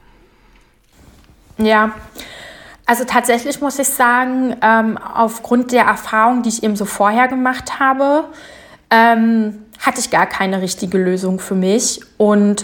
Ja, also tatsächlich muss ich sagen, ähm, aufgrund der Erfahrung, die ich eben so vorher gemacht habe, ähm, hatte ich gar keine richtige Lösung für mich und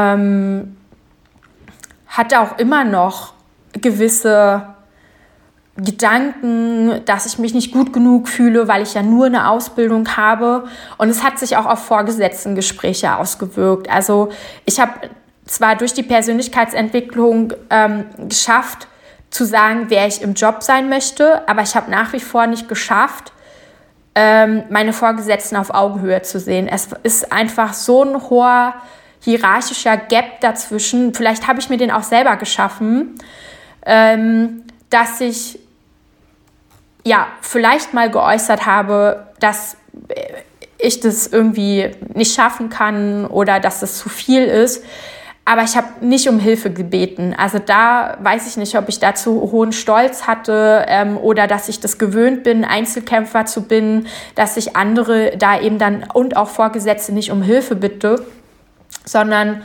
ähm, hatte auch immer noch gewisse Gedanken, dass ich mich nicht gut genug fühle, weil ich ja nur eine Ausbildung habe. Und es hat sich auch auf Vorgesetztengespräche ausgewirkt. Also ich habe zwar durch die Persönlichkeitsentwicklung ähm, geschafft, zu sagen, wer ich im Job sein möchte, aber ich habe nach wie vor nicht geschafft, ähm, meine Vorgesetzten auf Augenhöhe zu sehen. Es ist einfach so ein hoher hierarchischer Gap dazwischen. Vielleicht habe ich mir den auch selber geschaffen, ähm, dass ich ja vielleicht mal geäußert habe, dass ich das irgendwie nicht schaffen kann oder dass das zu viel ist. Aber ich habe nicht um Hilfe gebeten. Also da weiß ich nicht, ob ich dazu hohen Stolz hatte ähm, oder dass ich das gewöhnt bin, Einzelkämpfer zu bin, dass ich andere da eben dann und auch Vorgesetzte nicht um Hilfe bitte, sondern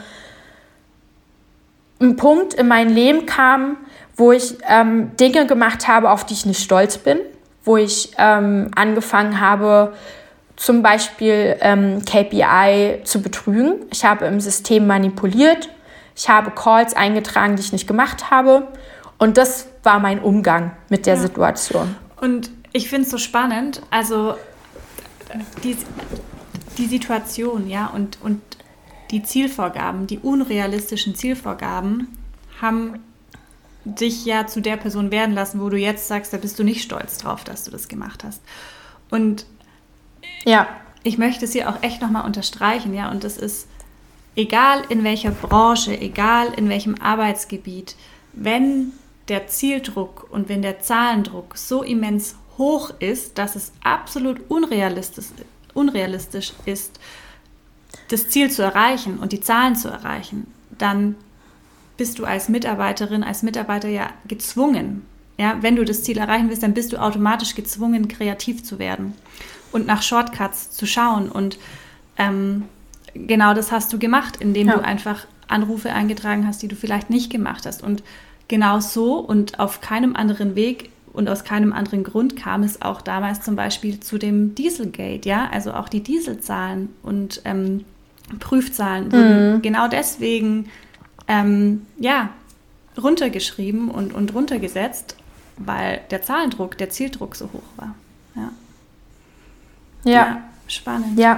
ein Punkt in mein Leben kam, wo ich ähm, Dinge gemacht habe, auf die ich nicht stolz bin, wo ich ähm, angefangen habe, zum Beispiel ähm, K P I zu betrügen. Ich habe im System manipuliert. Ich habe Calls eingetragen, die ich nicht gemacht habe. Und das war mein Umgang mit der ja. Situation. Und ich finde es so spannend, also die, die Situation, ja, und, und die Zielvorgaben, die unrealistischen Zielvorgaben haben dich ja zu der Person werden lassen, wo du jetzt sagst, da bist du nicht stolz drauf, dass du das gemacht hast. Und ja, ich möchte es hier auch echt nochmal unterstreichen, ja, und das ist egal in welcher Branche, egal in welchem Arbeitsgebiet, wenn der Zieldruck und wenn der Zahlendruck so immens hoch ist, dass es absolut unrealistisch, unrealistisch ist, das Ziel zu erreichen und die Zahlen zu erreichen, dann bist du als Mitarbeiterin, als Mitarbeiter ja gezwungen. Ja, wenn du das Ziel erreichen willst, dann bist du automatisch gezwungen, kreativ zu werden und nach Shortcuts zu schauen. Und ähm, genau das hast du gemacht, indem ja. du einfach Anrufe eingetragen hast, die du vielleicht nicht gemacht hast. Und genau so und auf keinem anderen Weg und aus keinem anderen Grund kam es auch damals zum Beispiel zu dem Dieselgate. Ja, also auch die Dieselzahlen und ähm, Prüfzahlen wurden mhm. genau deswegen ähm, ja, runtergeschrieben und, und runtergesetzt, weil der Zahlendruck, der Zieldruck so hoch war. Ja, ja. ja spannend. Ja.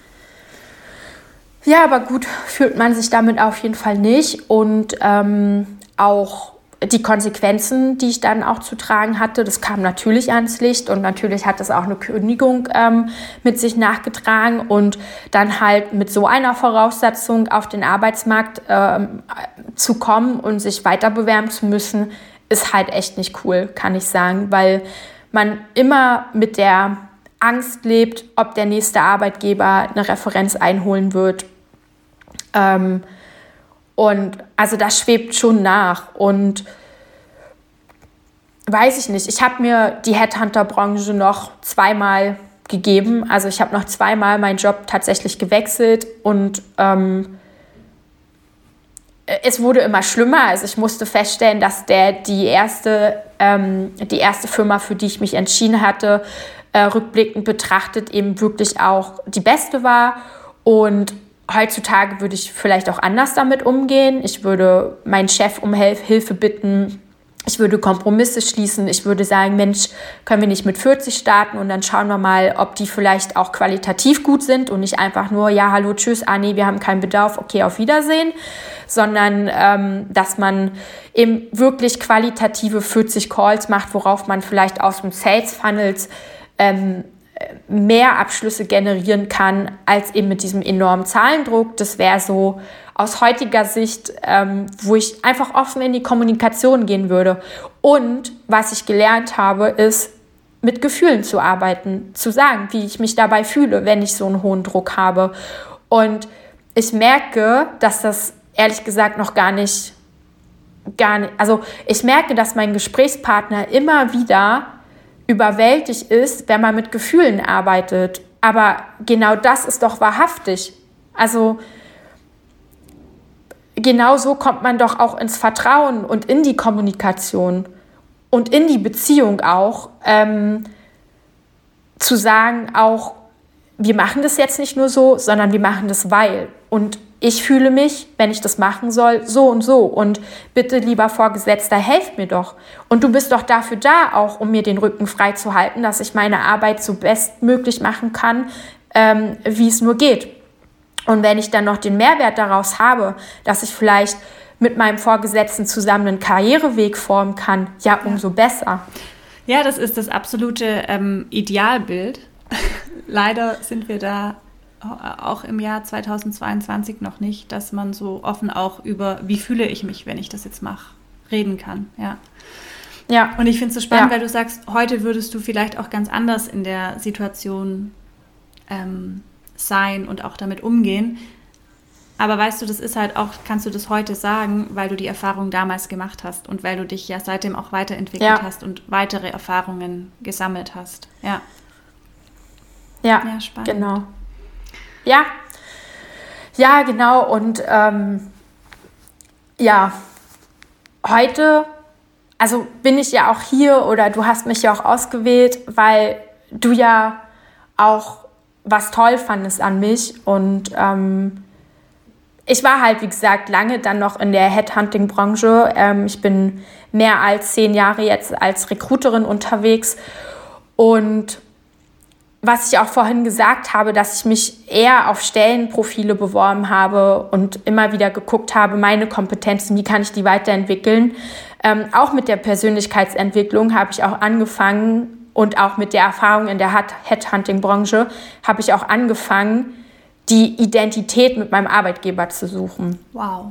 Ja, aber gut fühlt man sich damit auf jeden Fall nicht. Und ähm, auch die Konsequenzen, die ich dann auch zu tragen hatte, das kam natürlich ans Licht. Und natürlich hat das auch eine Kündigung ähm, mit sich nachgetragen. Und dann halt mit so einer Voraussetzung auf den Arbeitsmarkt ähm, zu kommen und sich weiter bewerben zu müssen, ist halt echt nicht cool, kann ich sagen. Weil man immer mit der Angst lebt, ob der nächste Arbeitgeber eine Referenz einholen wird. Ähm, und also das schwebt schon nach. Und weiß ich nicht, ich habe mir die Headhunter-Branche noch zweimal gegeben. Also ich habe noch zweimal meinen Job tatsächlich gewechselt und ähm, es wurde immer schlimmer. Also ich musste feststellen, dass der, die, erste, ähm, die erste Firma, für die ich mich entschieden hatte, äh, rückblickend betrachtet eben wirklich auch die beste war. Und heutzutage würde ich vielleicht auch anders damit umgehen. Ich würde meinen Chef um Hilfe bitten. Ich würde Kompromisse schließen. Ich würde sagen, Mensch, können wir nicht mit vierzig starten und dann schauen wir mal, ob die vielleicht auch qualitativ gut sind und nicht einfach nur, ja, hallo, tschüss, ah nee, wir haben keinen Bedarf, okay, auf Wiedersehen, sondern ähm, dass man eben wirklich qualitative vierzig Calls macht, worauf man vielleicht aus dem Sales Funnels ähm, mehr Abschlüsse generieren kann, als eben mit diesem enormen Zahlendruck. Das wäre so aus heutiger Sicht, ähm, wo ich einfach offen in die Kommunikation gehen würde. Und was ich gelernt habe, ist, mit Gefühlen zu arbeiten, zu sagen, wie ich mich dabei fühle, wenn ich so einen hohen Druck habe. Und ich merke, dass das ehrlich gesagt noch gar nicht, gar nicht, also ich merke, dass mein Gesprächspartner immer wieder überwältigt ist, wenn man mit Gefühlen arbeitet. Aber genau das ist doch wahrhaftig. Also genau so kommt man doch auch ins Vertrauen und in die Kommunikation und in die Beziehung auch, ähm, zu sagen auch, wir machen das jetzt nicht nur so, sondern wir machen das weil. Und ich fühle mich, wenn ich das machen soll, so und so. Und bitte, lieber Vorgesetzter, helft mir doch. Und du bist doch dafür da, auch um mir den Rücken frei zu halten, dass ich meine Arbeit so bestmöglich machen kann, ähm, wie es nur geht. Und wenn ich dann noch den Mehrwert daraus habe, dass ich vielleicht mit meinem Vorgesetzten zusammen einen Karriereweg formen kann, ja, umso besser. Ja, das ist das absolute ähm, Idealbild. Leider sind wir da auch im Jahr zweitausendzweiundzwanzig noch nicht, dass man so offen auch über, wie fühle ich mich, wenn ich das jetzt mache, reden kann. Ja. Ja. Und ich finde es so spannend, ja. weil du sagst, heute würdest du vielleicht auch ganz anders in der Situation ähm, sein und auch damit umgehen. Aber weißt du, das ist halt auch, kannst du das heute sagen, weil du die Erfahrung damals gemacht hast und weil du dich ja seitdem auch weiterentwickelt ja. hast und weitere Erfahrungen gesammelt hast. Ja. Ja, ja spannend. Genau. Ja, ja, genau. Und ähm, ja, heute, also bin ich ja auch hier oder du hast mich ja auch ausgewählt, weil du ja auch was toll fandest an mich. Und ähm, ich war halt, wie gesagt, lange dann noch in der Headhunting-Branche. Ähm, ich bin mehr als zehn Jahre jetzt als Recruiterin unterwegs. Und was ich auch vorhin gesagt habe, dass ich mich eher auf Stellenprofile beworben habe und immer wieder geguckt habe, meine Kompetenzen, wie kann ich die weiterentwickeln. Ähm, auch mit der Persönlichkeitsentwicklung habe ich auch angefangen und auch mit der Erfahrung in der Headhunting-Branche habe ich auch angefangen, die Identität mit meinem Arbeitgeber zu suchen. Wow.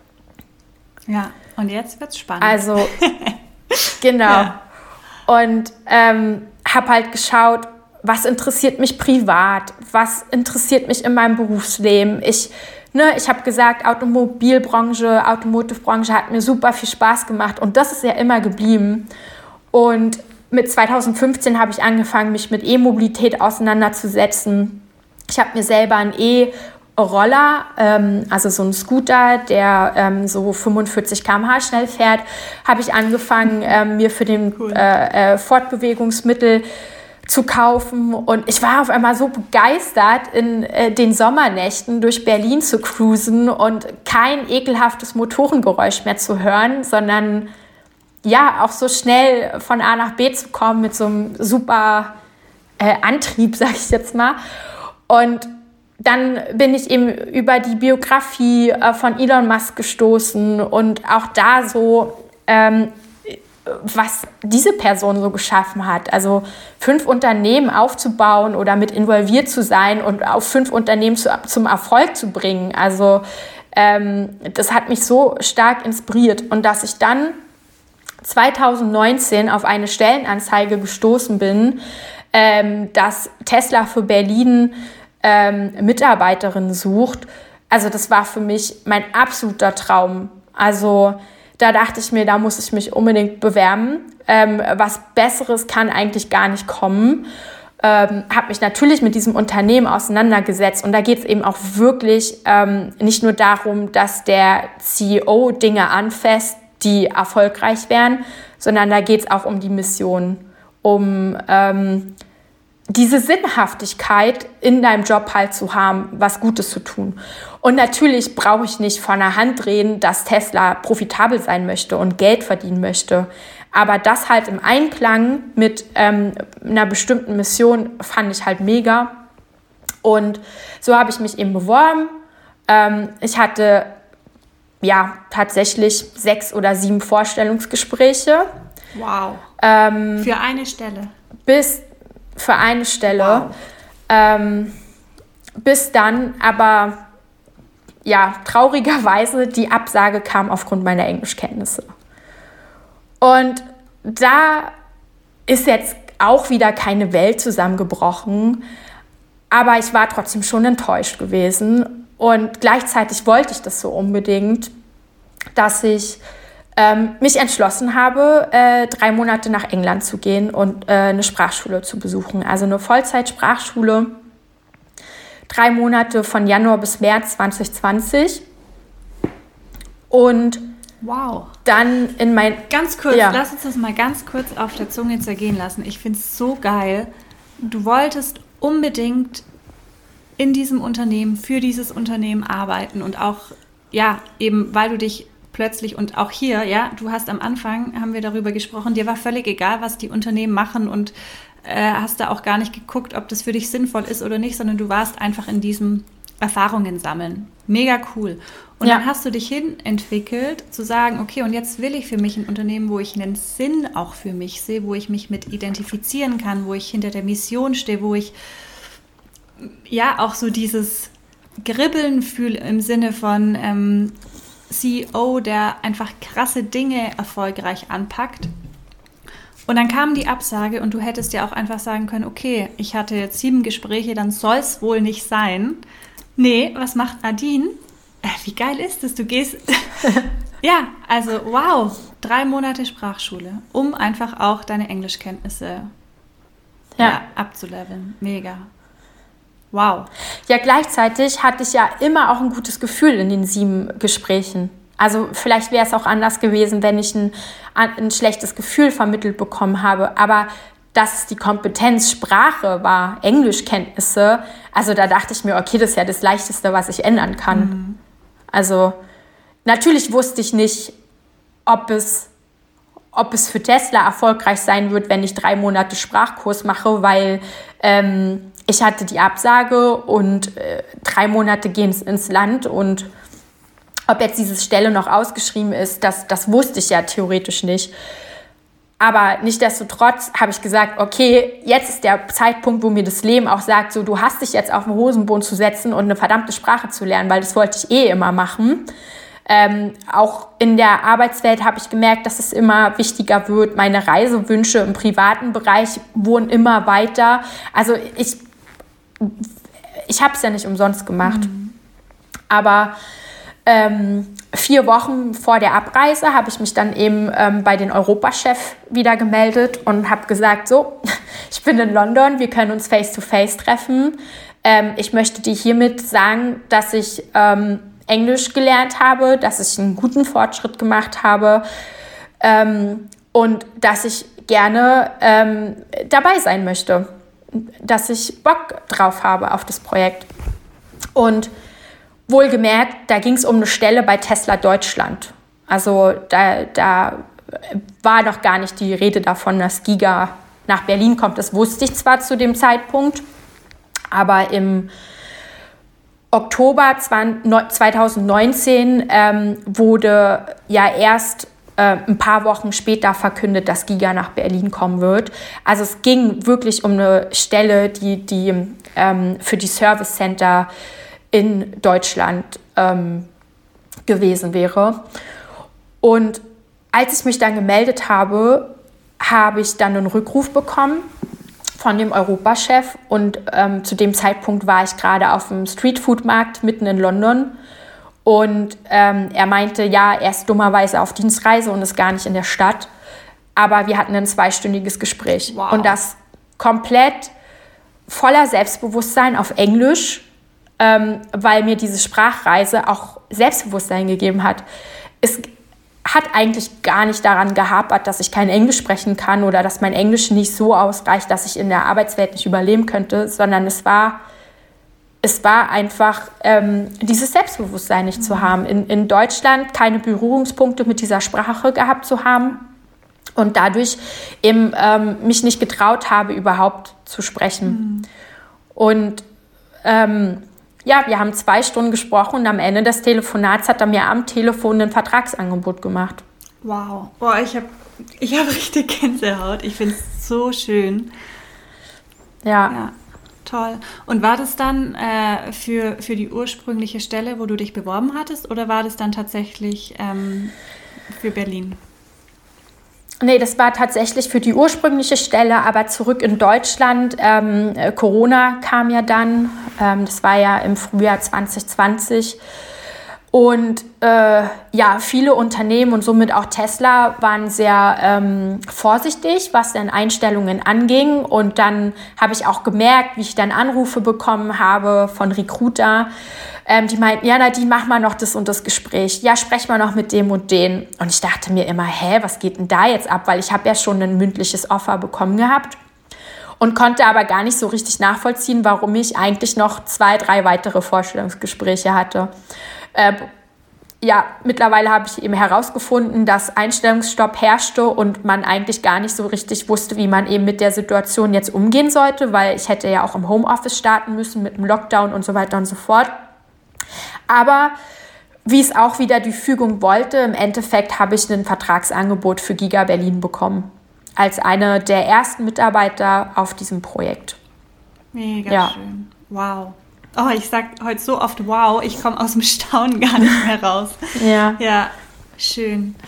Ja, und jetzt wird's spannend. Also, genau. Ja. Und ähm, habe halt geschaut, was interessiert mich privat, was interessiert mich in meinem Berufsleben. Ich, ne, ich habe gesagt, Automobilbranche, Automotive-Branche hat mir super viel Spaß gemacht und das ist ja immer geblieben. Und mit zweitausendfünfzehn habe ich angefangen, mich mit E-Mobilität auseinanderzusetzen. Ich habe mir selber einen E-Roller, ähm, also so einen Scooter, der ähm, so fünfundvierzig Kilometer pro Stunde schnell fährt, habe ich angefangen, ähm, mir für den cool. äh, äh, Fortbewegungsmittel zu kaufen. Und ich war auf einmal so begeistert, in äh, den Sommernächten durch Berlin zu cruisen und kein ekelhaftes Motorengeräusch mehr zu hören, sondern ja, auch so schnell von A nach B zu kommen mit so einem super äh, Antrieb, sag ich jetzt mal. Und dann bin ich eben über die Biografie äh, von Elon Musk gestoßen und auch da so, ähm, was diese Person so geschaffen hat. Also fünf Unternehmen aufzubauen oder mit involviert zu sein und auf fünf Unternehmen zu, zum Erfolg zu bringen. Also ähm, das hat mich so stark inspiriert. Und dass ich dann zweitausendneunzehn auf eine Stellenanzeige gestoßen bin, ähm, dass Tesla für Berlin ähm, Mitarbeiterinnen sucht. Also das war für mich mein absoluter Traum. Also da dachte ich mir, da muss ich mich unbedingt bewerben. Ähm, was Besseres kann eigentlich gar nicht kommen. Ähm, habe mich natürlich mit diesem Unternehmen auseinandergesetzt. Und da geht es eben auch wirklich ähm, nicht nur darum, dass der C E O Dinge anfasst, die erfolgreich wären, sondern da geht es auch um die Mission, um ähm, diese Sinnhaftigkeit in deinem Job halt zu haben, was Gutes zu tun. Und natürlich brauche ich nicht von der Hand reden, dass Tesla profitabel sein möchte und Geld verdienen möchte. Aber das halt im Einklang mit ähm, einer bestimmten Mission fand ich halt mega. Und so habe ich mich eben beworben. Ähm, ich hatte ja tatsächlich sechs oder sieben Vorstellungsgespräche. Wow. Ähm, Für eine Stelle? Bis für eine Stelle. Wow. Ähm, bis dann aber, ja, traurigerweise die Absage kam aufgrund meiner Englischkenntnisse. Und da ist jetzt auch wieder keine Welt zusammengebrochen, aber ich war trotzdem schon enttäuscht gewesen. Und gleichzeitig wollte ich das so unbedingt, dass ich ähm, mich entschlossen habe, äh, drei Monate nach England zu gehen und äh, eine Sprachschule zu besuchen. Also eine Vollzeit-Sprachschule. Drei Monate von Januar bis März zwanzig zwanzig. Und wow. Dann in mein... Ganz kurz, ja. lass uns das mal ganz kurz auf der Zunge zergehen lassen. Ich finde es so geil. Du wolltest unbedingt in diesem Unternehmen, für dieses Unternehmen arbeiten und auch, ja, eben, weil du dich plötzlich und auch hier, ja, du hast am Anfang, haben wir darüber gesprochen, dir war völlig egal, was die Unternehmen machen und äh, hast da auch gar nicht geguckt, ob das für dich sinnvoll ist oder nicht, sondern du warst einfach in diesem Erfahrungen sammeln. Mega cool. Und ja. Dann hast du dich hin entwickelt, zu sagen, okay, und jetzt will ich für mich ein Unternehmen, wo ich einen Sinn auch für mich sehe, wo ich mich mit identifizieren kann, wo ich hinter der Mission stehe, wo ich ja auch so dieses Kribbeln fühle im Sinne von ähm, C E O, der einfach krasse Dinge erfolgreich anpackt. Und dann kam die Absage und du hättest ja auch einfach sagen können, okay, ich hatte jetzt sieben Gespräche, dann soll es wohl nicht sein. Nee, was macht Nadine? Äh, wie geil ist das? Du gehst, ja, also wow, drei Monate Sprachschule, um einfach auch deine Englischkenntnisse ja. Ja, abzuleveln. Mega. Wow. Ja, gleichzeitig hatte ich ja immer auch ein gutes Gefühl in den sieben Gesprächen. Also vielleicht wäre es auch anders gewesen, wenn ich ein, ein schlechtes Gefühl vermittelt bekommen habe. Aber dass es die Kompetenz Sprache war, Englischkenntnisse, also da dachte ich mir, okay, das ist ja das Leichteste, was ich ändern kann. Mhm. Also natürlich wusste ich nicht, ob es, ob es für Tesla erfolgreich sein wird, wenn ich drei Monate Sprachkurs mache, weil ähm, ich hatte die Absage und äh, drei Monate gehen ins Land und ob jetzt diese Stelle noch ausgeschrieben ist, das, das wusste ich ja theoretisch nicht. Aber nichtsdestotrotz habe ich gesagt, okay, jetzt ist der Zeitpunkt, wo mir das Leben auch sagt, so, du hast dich jetzt auf den Hosenboden zu setzen und eine verdammte Sprache zu lernen, weil das wollte ich eh immer machen. Ähm, auch in der Arbeitswelt habe ich gemerkt, dass es immer wichtiger wird. Meine Reisewünsche im privaten Bereich wurden immer weiter. Also ich, ich habe es ja nicht umsonst gemacht. Mhm. Aber ähm, vier Wochen vor der Abreise habe ich mich dann eben ähm, bei den Europachef wieder gemeldet und habe gesagt, so, ich bin in London, wir können uns face-to-face treffen. Ähm, ich möchte dir hiermit sagen, dass ich ähm, Englisch gelernt habe, dass ich einen guten Fortschritt gemacht habe ähm, und dass ich gerne ähm, dabei sein möchte, dass ich Bock drauf habe auf das Projekt. Und wohlgemerkt, da ging es um eine Stelle bei Tesla Deutschland. Also da, da war noch gar nicht die Rede davon, dass Giga nach Berlin kommt. Das wusste ich zwar zu dem Zeitpunkt, aber im Oktober zweitausendneunzehn ähm, wurde ja erst äh, ein paar Wochen später verkündet, dass Giga nach Berlin kommen wird. Also es ging wirklich um eine Stelle, die, die ähm, für die Service Center in Deutschland ähm, gewesen wäre. Und als ich mich dann gemeldet habe, habe ich dann einen Rückruf bekommen von dem Europachef und ähm, zu dem Zeitpunkt war ich gerade auf dem Streetfood-Markt mitten in London und ähm, er meinte, ja, er ist dummerweise auf Dienstreise und ist gar nicht in der Stadt, aber wir hatten ein zweistündiges Gespräch. Wow. Und das komplett voller Selbstbewusstsein auf Englisch, ähm, weil mir diese Sprachreise auch Selbstbewusstsein gegeben hat. Es hat eigentlich gar nicht daran gehapert, dass ich kein Englisch sprechen kann oder dass mein Englisch nicht so ausreicht, dass ich in der Arbeitswelt nicht überleben könnte, sondern es war, es war einfach ähm, dieses Selbstbewusstsein nicht mhm. zu haben. In, in Deutschland keine Berührungspunkte mit dieser Sprache gehabt zu haben und dadurch eben ähm, mich nicht getraut habe, überhaupt zu sprechen. Mhm. Und ähm, ja, wir haben zwei Stunden gesprochen und am Ende des Telefonats hat er mir am Telefon ein Vertragsangebot gemacht. Wow. Boah, ich habe ich hab richtig Gänsehaut. Ich finde es so schön. Ja. Ja. Toll. Und war das dann äh, für, für die ursprüngliche Stelle, wo du dich beworben hattest, oder war das dann tatsächlich ähm, für Berlin? Nee, das war tatsächlich für die ursprüngliche Stelle, aber zurück in Deutschland. Ähm, Corona kam ja dann, ähm, das war ja im Frühjahr zwanzig zwanzig. Und äh, ja, viele Unternehmen und somit auch Tesla waren sehr ähm, vorsichtig, was dann Einstellungen anging. Und dann habe ich auch gemerkt, wie ich dann Anrufe bekommen habe von Recruiter, ähm, die meinten, ja Nadine, mach mal noch das und das Gespräch. Ja, sprech mal noch mit dem und den. Und ich dachte mir immer, hä, was geht denn da jetzt ab? Weil ich habe ja schon ein mündliches Offer bekommen gehabt. und konnte aber gar nicht so richtig nachvollziehen, warum ich eigentlich noch zwei, drei weitere Vorstellungsgespräche hatte. Äh, ja, mittlerweile habe ich eben herausgefunden, dass Einstellungsstopp herrschte und man eigentlich gar nicht so richtig wusste, wie man eben mit der Situation jetzt umgehen sollte, weil ich hätte ja auch im Homeoffice starten müssen mit dem Lockdown und so weiter und so fort. Aber wie es auch wieder die Fügung wollte, im Endeffekt habe ich ein Vertragsangebot für Giga Berlin bekommen. Als eine der ersten Mitarbeiter auf diesem Projekt. Mega ja. schön. Wow. Oh, ich sag heute so oft wow, ich komme aus dem Staunen gar nicht mehr raus. Ja. Ja, schön.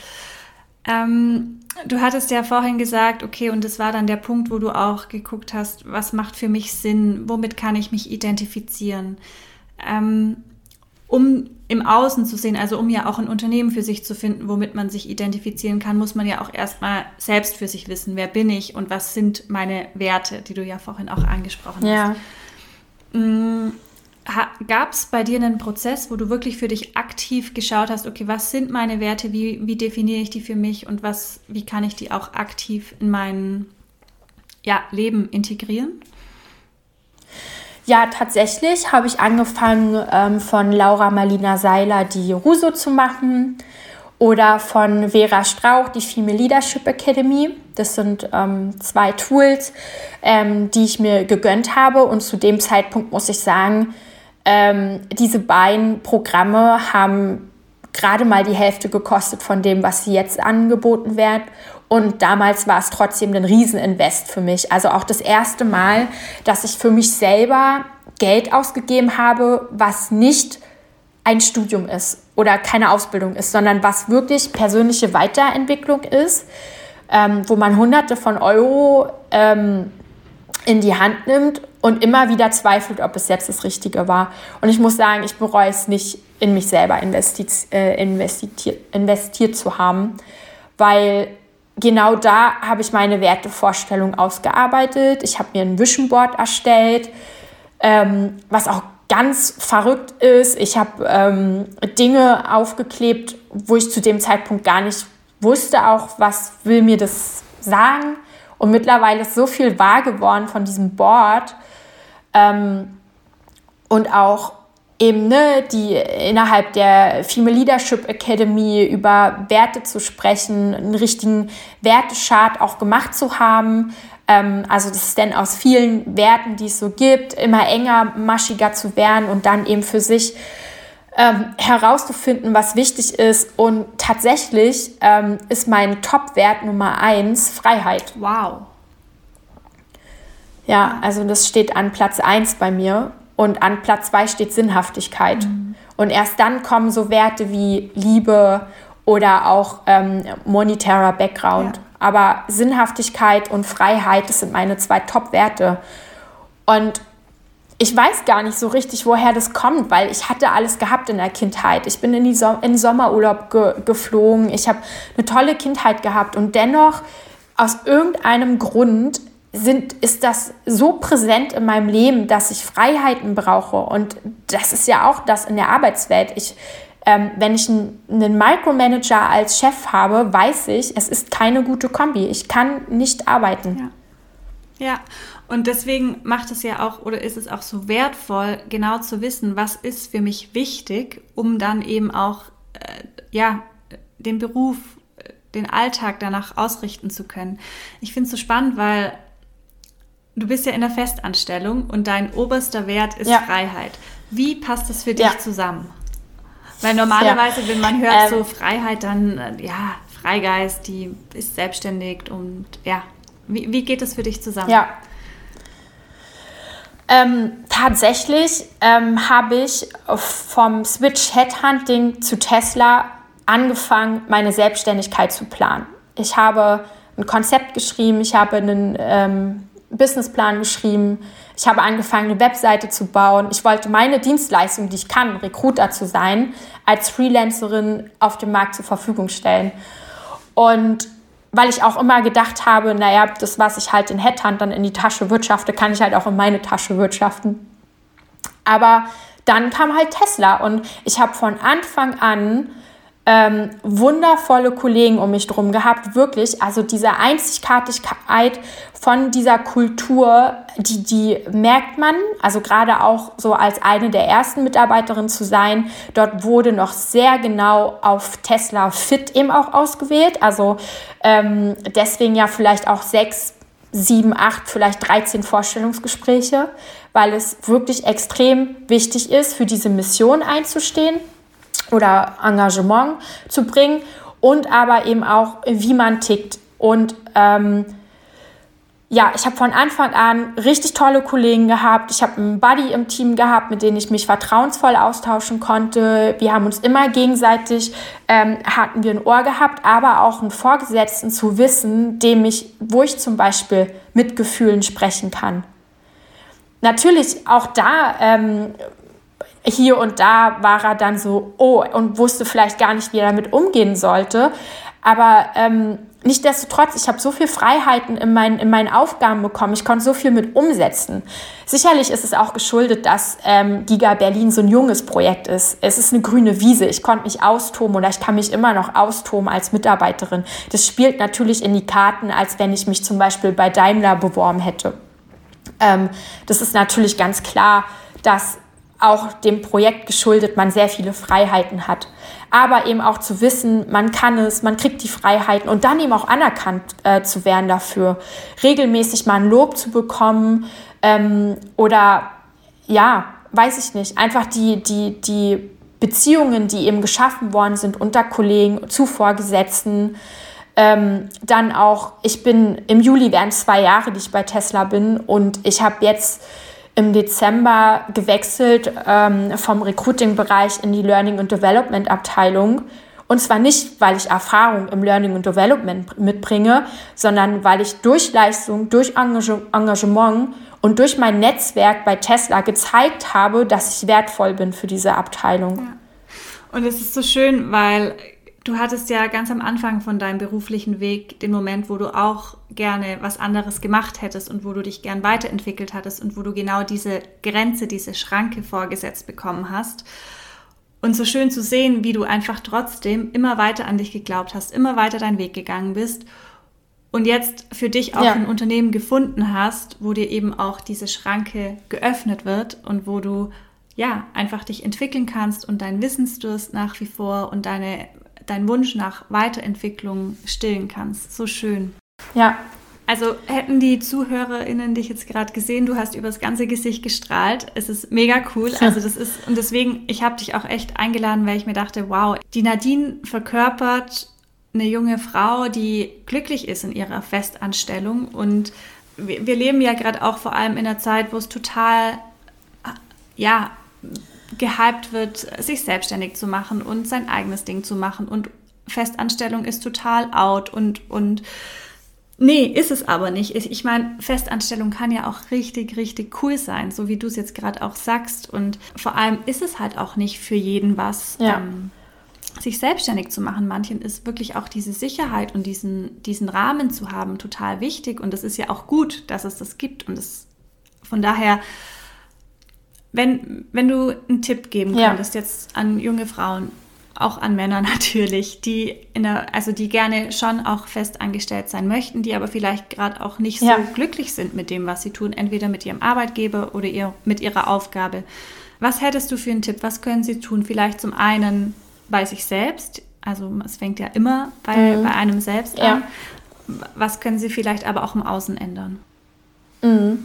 Ähm, du hattest ja vorhin gesagt, okay, und das war dann der Punkt, wo du auch geguckt hast, was macht für mich Sinn, womit kann ich mich identifizieren? Ähm, um im Außen zu sehen, also um ja auch ein Unternehmen für sich zu finden, womit man sich identifizieren kann, muss man ja auch erstmal selbst für sich wissen, wer bin ich und was sind meine Werte, die du ja vorhin auch angesprochen ja. hast. Ha, gab es bei dir einen Prozess, wo du wirklich für dich aktiv geschaut hast, okay, was sind meine Werte, wie, wie definiere ich die für mich und was, wie kann ich die auch aktiv in mein ja, Leben integrieren? Ja, tatsächlich habe ich angefangen, ähm, von Laura Marlina Seiler die Ruso zu machen oder von Vera Strauch die Female Leadership Academy. Das sind ähm, zwei Tools, ähm, die ich mir gegönnt habe. Und zu dem Zeitpunkt muss ich sagen, ähm, diese beiden Programme haben gerade mal die Hälfte gekostet von dem, was sie jetzt angeboten werden. Und damals war es trotzdem ein Rieseninvest für mich. Also auch das erste Mal, dass ich für mich selber Geld ausgegeben habe, was nicht ein Studium ist oder keine Ausbildung ist, sondern was wirklich persönliche Weiterentwicklung ist, ähm, wo man Hunderte von Euro ähm, in die Hand nimmt und immer wieder zweifelt, ob es jetzt das Richtige war. Und ich muss sagen, ich bereue es nicht, in mich selber investiert, äh, investiert, investiert zu haben, weil genau da habe ich meine Wertevorstellung ausgearbeitet. Ich habe mir ein Vision Board erstellt, ähm, was auch ganz verrückt ist. Ich habe ähm, Dinge aufgeklebt, wo ich zu dem Zeitpunkt gar nicht wusste, auch was will mir das sagen. Und mittlerweile ist so viel wahr geworden von diesem Board. Ähm, und auch eben ne, die innerhalb der Female Leadership Academy über Werte zu sprechen, einen richtigen Wertechart auch gemacht zu haben. Ähm, also das ist dann aus vielen Werten, die es so gibt, immer enger, maschiger zu werden und dann eben für sich ähm, herauszufinden, was wichtig ist. Und tatsächlich ähm, ist mein Top-Wert Nummer eins Freiheit. Wow. Ja, also das steht an Platz eins bei mir. Und an Platz zwei steht Sinnhaftigkeit. Mhm. Und erst dann kommen so Werte wie Liebe oder auch ähm, monetärer Background. Ja. Aber Sinnhaftigkeit und Freiheit, das sind meine zwei Top-Werte. Und ich weiß gar nicht so richtig, woher das kommt, weil ich hatte alles gehabt in der Kindheit. Ich bin in, die so- in den Sommerurlaub ge- geflogen. Ich habe eine tolle Kindheit gehabt. Und dennoch, aus irgendeinem Grund, Sind, ist das so präsent in meinem Leben, dass ich Freiheiten brauche. Und das ist ja auch das in der Arbeitswelt. Ich, ähm, wenn ich einen, einen Micromanager als Chef habe, weiß ich, es ist keine gute Kombi. Ich kann nicht arbeiten. Ja, ja. Und deswegen macht es ja auch, oder ist es auch so wertvoll, genau zu wissen, was ist für mich wichtig, um dann eben auch äh, ja, den Beruf, den Alltag danach ausrichten zu können. Ich finde es so spannend, weil du bist ja in der Festanstellung und dein oberster Wert ist ja. Freiheit. Wie passt das für dich ja. zusammen? Weil normalerweise, ja. wenn man hört ähm, so Freiheit, dann, ja, Freigeist, die ist selbstständig und ja, wie, wie geht das für dich zusammen? Ja. Ähm, tatsächlich ähm, habe ich vom Switch Headhunting zu Tesla angefangen, meine Selbstständigkeit zu planen. Ich habe ein Konzept geschrieben, ich habe einen ähm, Businessplan geschrieben. Ich habe angefangen, eine Webseite zu bauen. Ich wollte meine Dienstleistung, die ich kann, Recruiter zu sein, als Freelancerin auf dem Markt zur Verfügung stellen. Und weil ich auch immer gedacht habe, naja, das, was ich halt den Headhuntern in die Tasche wirtschafte, kann ich halt auch in meine Tasche wirtschaften. Aber dann kam halt Tesla und ich habe von Anfang an ähm, wundervolle Kollegen um mich drum gehabt, wirklich. Also diese Einzigartigkeit von dieser Kultur, die, die merkt man, also gerade auch so als eine der ersten Mitarbeiterinnen zu sein. Dort wurde noch sehr genau auf Tesla Fit eben auch ausgewählt. Also ähm, deswegen ja vielleicht auch sechs, sieben, acht, vielleicht dreizehn Vorstellungsgespräche, weil es wirklich extrem wichtig ist, für diese Mission einzustehen oder Engagement zu bringen und aber eben auch, wie man tickt. Und ähm, ja, ich habe von Anfang an richtig tolle Kollegen gehabt. Ich habe einen Buddy im Team gehabt, mit dem ich mich vertrauensvoll austauschen konnte. Wir haben uns immer gegenseitig, ähm, hatten wir ein Ohr gehabt, aber auch einen Vorgesetzten zu wissen, dem ich, wo ich zum Beispiel mit Gefühlen sprechen kann. Natürlich auch da, ähm, hier und da war er dann so, oh, und wusste vielleicht gar nicht, wie er damit umgehen sollte. Aber ähm, nichtsdestotrotz, ich habe so viel Freiheiten in meinen, in meinen Aufgaben bekommen. Ich konnte so viel mit umsetzen. Sicherlich ist es auch geschuldet, dass ähm, Giga Berlin so ein junges Projekt ist. Es ist eine grüne Wiese. Ich konnte mich austoben oder ich kann mich immer noch austoben als Mitarbeiterin. Das spielt natürlich in die Karten, als wenn ich mich zum Beispiel bei Daimler beworben hätte. Ähm, das ist natürlich ganz klar, dass auch dem Projekt geschuldet man sehr viele Freiheiten hat. Aber eben auch zu wissen, man kann es, man kriegt die Freiheiten und dann eben auch anerkannt äh, zu werden dafür. Regelmäßig mal ein Lob zu bekommen ähm, oder, ja, weiß ich nicht, einfach die, die, die Beziehungen, die eben geschaffen worden sind unter Kollegen, zu Vorgesetzten. Ähm, dann auch, ich bin, im Juli wären zwei Jahre, die ich bei Tesla bin und ich habe jetzt im Dezember gewechselt ähm, vom Recruiting-Bereich in die Learning- und Development-Abteilung. Und zwar nicht, weil ich Erfahrung im Learning und Development mitbringe, sondern weil ich durch Leistung, durch Engagement und durch mein Netzwerk bei Tesla gezeigt habe, dass ich wertvoll bin für diese Abteilung. Ja. Und es ist so schön, weil du hattest ja ganz am Anfang von deinem beruflichen Weg den Moment, wo du auch gerne was anderes gemacht hättest und wo du dich gern weiterentwickelt hattest und wo du genau diese Grenze, diese Schranke vorgesetzt bekommen hast. Und so schön zu sehen, wie du einfach trotzdem immer weiter an dich geglaubt hast, immer weiter deinen Weg gegangen bist und jetzt für dich auch ja. ein Unternehmen gefunden hast, wo dir eben auch diese Schranke geöffnet wird und wo du ja einfach dich entwickeln kannst und deinen Wissensdurst nach wie vor und deine deinen Wunsch nach Weiterentwicklung stillen kannst. So schön. Ja. Also hätten die ZuhörerInnen dich jetzt gerade gesehen, du hast übers ganze Gesicht gestrahlt. Es ist mega cool. Also das ist, und deswegen, ich habe dich auch echt eingeladen, weil ich mir dachte, wow, die Nadine verkörpert eine junge Frau, die glücklich ist in ihrer Festanstellung. Und wir, wir leben ja gerade auch vor allem in einer Zeit, wo es total, ja, gehypt wird, sich selbstständig zu machen und sein eigenes Ding zu machen und Festanstellung ist total out und, und nee, ist es aber nicht. Ich meine, Festanstellung kann ja auch richtig, richtig cool sein, so wie du es jetzt gerade auch sagst und vor allem ist es halt auch nicht für jeden was, ja. ähm, sich selbstständig zu machen. Manchen ist wirklich auch diese Sicherheit und diesen, diesen Rahmen zu haben total wichtig und es ist ja auch gut, dass es das gibt und es von daher Wenn, wenn du einen Tipp geben könntest ja. jetzt an junge Frauen, auch an Männer natürlich, die in der, also die gerne schon auch fest angestellt sein möchten, die aber vielleicht gerade auch nicht ja. so glücklich sind mit dem, was sie tun, entweder mit ihrem Arbeitgeber oder ihr, mit ihrer Aufgabe. Was hättest du für einen Tipp? Was können sie tun? Vielleicht zum einen bei sich selbst, also es fängt ja immer bei, mhm. bei einem selbst ja. an. Was können sie vielleicht aber auch im Außen ändern? Mhm.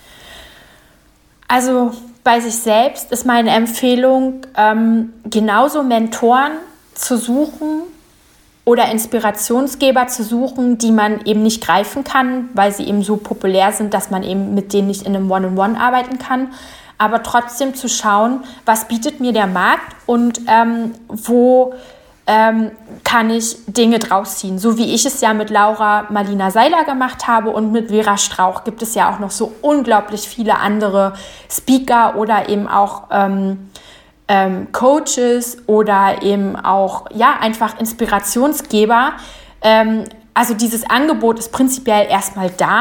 Also bei sich selbst ist meine Empfehlung, ähm, genauso Mentoren zu suchen oder Inspirationsgeber zu suchen, die man eben nicht greifen kann, weil sie eben so populär sind, dass man eben mit denen nicht in einem One-on-One arbeiten kann. Aber trotzdem zu schauen, was bietet mir der Markt und ähm, wo ähm, kann ich Dinge draus ziehen. So wie ich es ja mit Laura Marlina Seiler gemacht habe und mit Vera Strauch gibt es ja auch noch so unglaublich viele andere Speaker oder eben auch ähm, ähm, Coaches oder eben auch ja einfach Inspirationsgeber. Ähm, also dieses Angebot ist prinzipiell erstmal da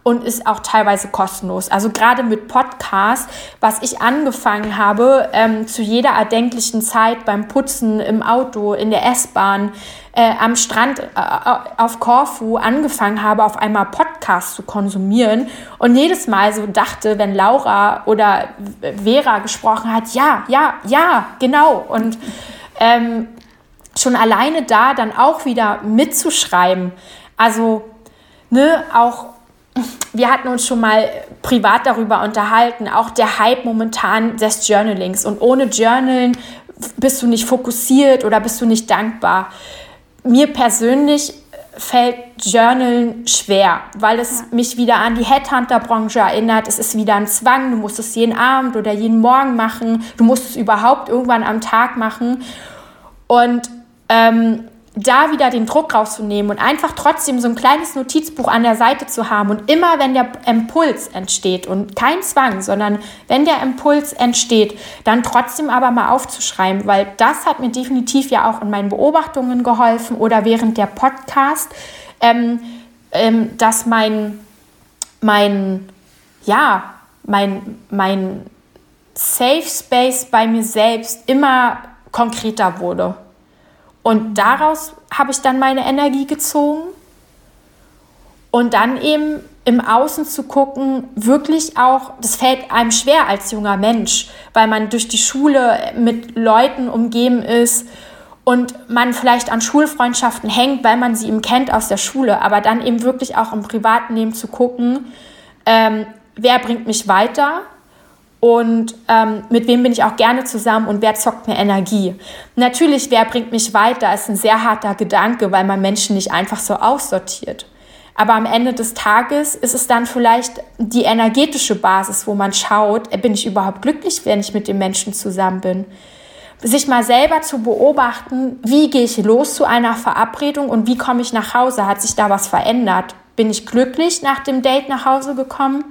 und ist auch teilweise kostenlos. Also gerade mit Podcast, was ich angefangen habe, ähm, zu jeder erdenklichen Zeit beim Putzen, im Auto, in der S-Bahn, äh, am Strand äh, auf Korfu angefangen habe, auf einmal Podcasts zu konsumieren und jedes Mal so dachte, wenn Laura oder Vera gesprochen hat, ja, ja, ja, genau. Und ähm, schon alleine da dann auch wieder mitzuschreiben. Also, ne, auch, wir hatten uns schon mal privat darüber unterhalten, auch der Hype momentan des Journalings. Und ohne Journalen bist du nicht fokussiert oder bist du nicht dankbar. Mir persönlich fällt Journalen schwer, weil es ja. mich wieder an die Headhunter-Branche erinnert. Es ist wieder ein Zwang, du musst es jeden Abend oder jeden Morgen machen. Du musst es überhaupt irgendwann am Tag machen. Und ähm, da wieder den Druck rauszunehmen und einfach trotzdem so ein kleines Notizbuch an der Seite zu haben und immer, wenn der Impuls entsteht und kein Zwang, sondern wenn der Impuls entsteht, dann trotzdem aber mal aufzuschreiben, weil das hat mir definitiv ja auch in meinen Beobachtungen geholfen oder während der Podcast, ähm, ähm, dass mein, mein, ja, mein, mein Safe Space bei mir selbst immer konkreter wurde. Und daraus habe ich dann meine Energie gezogen und dann eben im Außen zu gucken, wirklich auch, das fällt einem schwer als junger Mensch, weil man durch die Schule mit Leuten umgeben ist und man vielleicht an Schulfreundschaften hängt, weil man sie eben kennt aus der Schule, aber dann eben wirklich auch im privaten Leben zu gucken, ähm, wer bringt mich weiter? Und ähm, mit wem bin ich auch gerne zusammen und wer zockt mir Energie? Natürlich, wer bringt mich weiter, ist ein sehr harter Gedanke, weil man Menschen nicht einfach so aussortiert. Aber am Ende des Tages ist es dann vielleicht die energetische Basis, wo man schaut, bin ich überhaupt glücklich, wenn ich mit dem Menschen zusammen bin? Sich mal selber zu beobachten, wie gehe ich los zu einer Verabredung und wie komme ich nach Hause? Hat sich da was verändert? Bin ich glücklich nach dem Date nach Hause gekommen?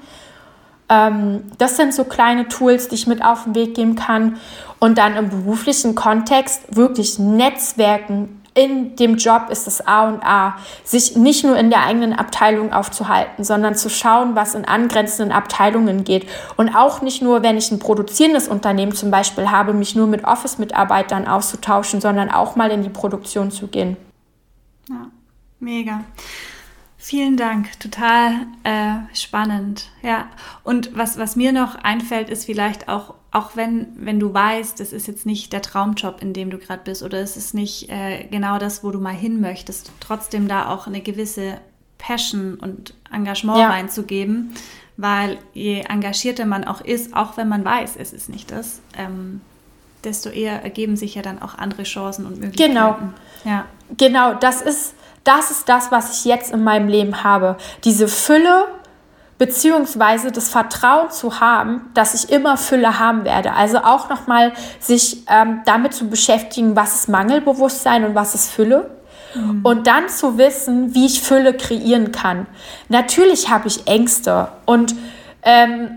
Das sind so kleine Tools, die ich mit auf den Weg geben kann. Und dann im beruflichen Kontext wirklich Netzwerken in dem Job ist das A und A. Sich nicht nur in der eigenen Abteilung aufzuhalten, sondern zu schauen, was in angrenzenden Abteilungen geht. Und auch nicht nur, wenn ich ein produzierendes Unternehmen zum Beispiel habe, mich nur mit Office-Mitarbeitern auszutauschen, sondern auch mal in die Produktion zu gehen. Ja, mega. Vielen Dank, total äh, spannend. Ja, und was, was mir noch einfällt, ist vielleicht auch, auch wenn, wenn du weißt, das ist jetzt nicht der Traumjob, in dem du gerade bist, oder es ist nicht äh, genau das, wo du mal hin möchtest, trotzdem da auch eine gewisse Passion und Engagement ja. reinzugeben, weil je engagierter man auch ist, auch wenn man weiß, es ist nicht das, ähm, desto eher ergeben sich ja dann auch andere Chancen und Möglichkeiten. Genau, ja. genau, das ist Das ist das, was ich jetzt in meinem Leben habe. Diese Fülle beziehungsweise das Vertrauen zu haben, dass ich immer Fülle haben werde. Also auch nochmal sich ähm, damit zu beschäftigen, was ist Mangelbewusstsein und was ist Fülle. Mhm. Und dann zu wissen, wie ich Fülle kreieren kann. Natürlich habe ich Ängste und ähm,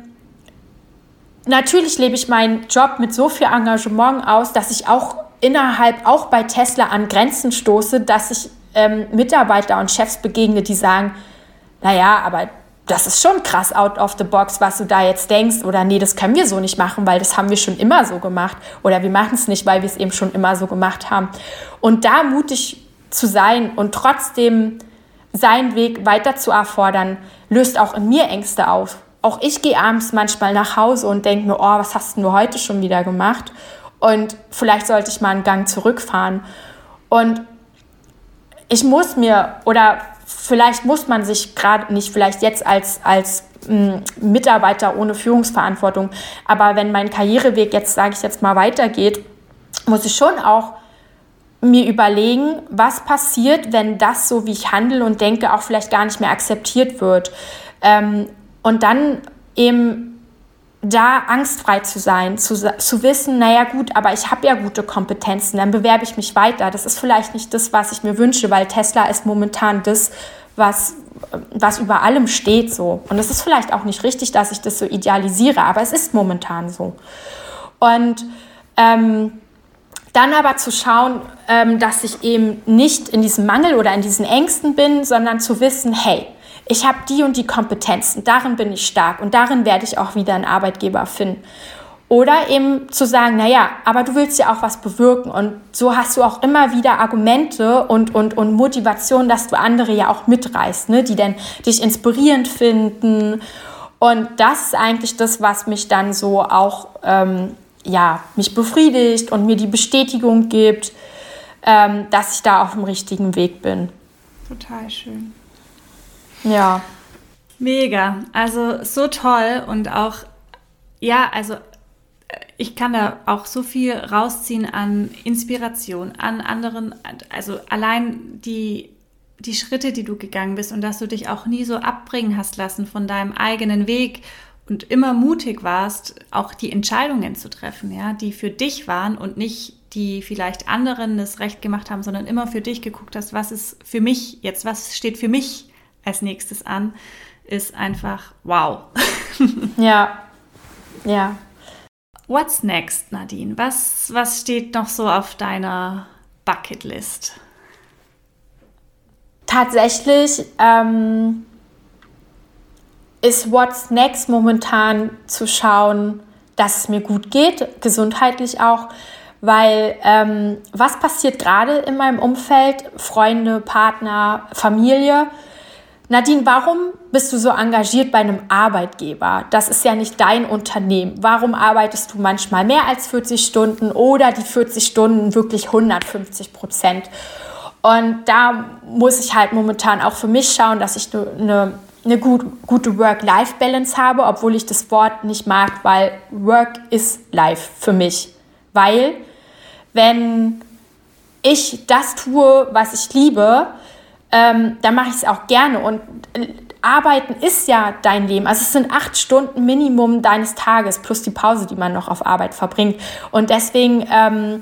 natürlich lebe ich meinen Job mit so viel Engagement aus, dass ich auch innerhalb, auch bei Tesla an Grenzen stoße, dass ich Ähm, Mitarbeiter und Chefs begegne, die sagen, naja, aber das ist schon krass out of the box, was du da jetzt denkst, oder nee, das können wir so nicht machen, weil das haben wir schon immer so gemacht, oder wir machen es nicht, weil wir es eben schon immer so gemacht haben. Und da mutig zu sein und trotzdem seinen Weg weiter zu erfordern, löst auch in mir Ängste auf. Auch ich gehe abends manchmal nach Hause und denke mir, oh, was hast du heute schon wieder gemacht? Und vielleicht sollte ich mal einen Gang zurückfahren. Und ich muss mir, oder vielleicht muss man sich gerade nicht, vielleicht jetzt als, als m, Mitarbeiter ohne Führungsverantwortung, aber wenn mein Karriereweg jetzt, sage ich jetzt mal, weitergeht, muss ich schon auch mir überlegen, was passiert, wenn das, so wie ich handle und denke, auch vielleicht gar nicht mehr akzeptiert wird. Ähm, und dann eben da angstfrei zu sein, zu, zu wissen, naja gut, aber ich habe ja gute Kompetenzen, dann bewerbe ich mich weiter. Das ist vielleicht nicht das, was ich mir wünsche, weil Tesla ist momentan das, was, was über allem steht so. Und es ist vielleicht auch nicht richtig, dass ich das so idealisiere, aber es ist momentan so. Und ähm, dann aber zu schauen, ähm, dass ich eben nicht in diesem Mangel oder in diesen Ängsten bin, sondern zu wissen, hey, ich habe die und die Kompetenzen, darin bin ich stark und darin werde ich auch wieder einen Arbeitgeber finden. Oder eben zu sagen, naja, aber du willst ja auch was bewirken und so hast du auch immer wieder Argumente und, und, und Motivation, dass du andere ja auch mitreißt, ne? Die dann dich inspirierend finden. Und das ist eigentlich das, was mich dann so auch, ähm, ja, mich befriedigt und mir die Bestätigung gibt, ähm, dass ich da auf dem richtigen Weg bin. Total schön. Ja. Mega, also so toll und auch, ja, also ich kann da auch so viel rausziehen an Inspiration, an anderen, also allein die, die Schritte, die du gegangen bist und dass du dich auch nie so abbringen hast lassen von deinem eigenen Weg und immer mutig warst, auch die Entscheidungen zu treffen, ja, die für dich waren und nicht die vielleicht anderen das Recht gemacht haben, sondern immer für dich geguckt hast, was ist für mich jetzt, was steht für mich als nächstes an, ist einfach wow. Ja, ja. What's next, Nadine? Was, was steht noch so auf deiner Bucketlist? Tatsächlich ähm, ist What's next momentan zu schauen, dass es mir gut geht, gesundheitlich auch, weil ähm, was passiert gerade in meinem Umfeld, Freunde, Partner, Familie? Nadine, warum bist du so engagiert bei einem Arbeitgeber? Das ist ja nicht dein Unternehmen. Warum arbeitest du manchmal mehr als vierzig Stunden oder die vierzig Stunden wirklich hundertfünfzig Prozent? Und da muss ich halt momentan auch für mich schauen, dass ich eine, eine gut, gute Work-Life-Balance habe, obwohl ich das Wort nicht mag, weil Work is Life für mich. Weil wenn ich das tue, was ich liebe, Ähm, dann mache ich es auch gerne. Und Arbeiten ist ja dein Leben. Also es sind acht Stunden Minimum deines Tages plus die Pause, die man noch auf Arbeit verbringt. Und deswegen ähm,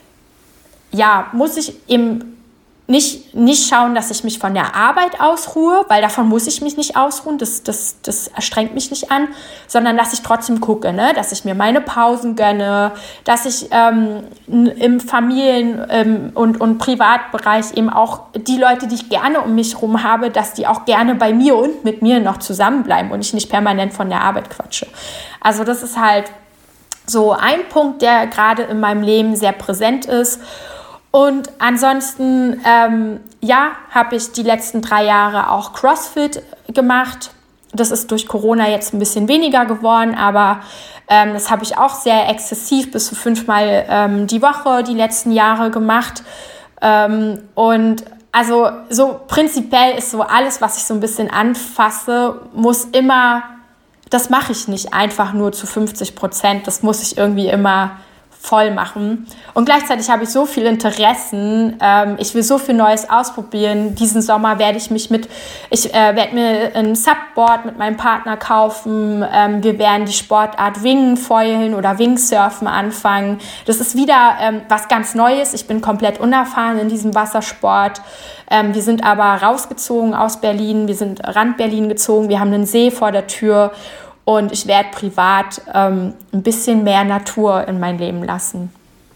ja, muss ich eben nicht, nicht schauen, dass ich mich von der Arbeit ausruhe, weil davon muss ich mich nicht ausruhen, das, das, das strengt mich nicht an, sondern dass ich trotzdem gucke, ne? Dass ich mir meine Pausen gönne, dass ich ähm, im Familien- ähm, und, und Privatbereich eben auch die Leute, die ich gerne um mich herum habe, dass die auch gerne bei mir und mit mir noch zusammenbleiben und ich nicht permanent von der Arbeit quatsche. Also das ist halt so ein Punkt, der gerade in meinem Leben sehr präsent ist. Und ansonsten, ähm, ja, habe ich die letzten drei Jahre auch CrossFit gemacht. Das ist durch Corona jetzt ein bisschen weniger geworden, aber ähm, das habe ich auch sehr exzessiv bis zu fünfmal ähm, die Woche die letzten Jahre gemacht. Ähm, und also so prinzipiell ist so alles, was ich so ein bisschen anfasse, muss immer, das mache ich nicht einfach nur zu fünfzig Prozent, das muss ich irgendwie immer voll machen. Und gleichzeitig habe ich so viele Interessen. Ähm, ich will so viel Neues ausprobieren. Diesen Sommer werde ich mich mit, ich äh, werde mir ein Subboard mit meinem Partner kaufen. Ähm, wir werden die Sportart Wingfoilen oder Wingsurfen anfangen. Das ist wieder ähm, was ganz Neues. Ich bin komplett unerfahren in diesem Wassersport. Ähm, wir sind aber rausgezogen aus Berlin. Wir sind Rand Berlin gezogen. Wir haben einen See vor der Tür. Und ich werde privat ähm, ein bisschen mehr Natur in mein Leben lassen.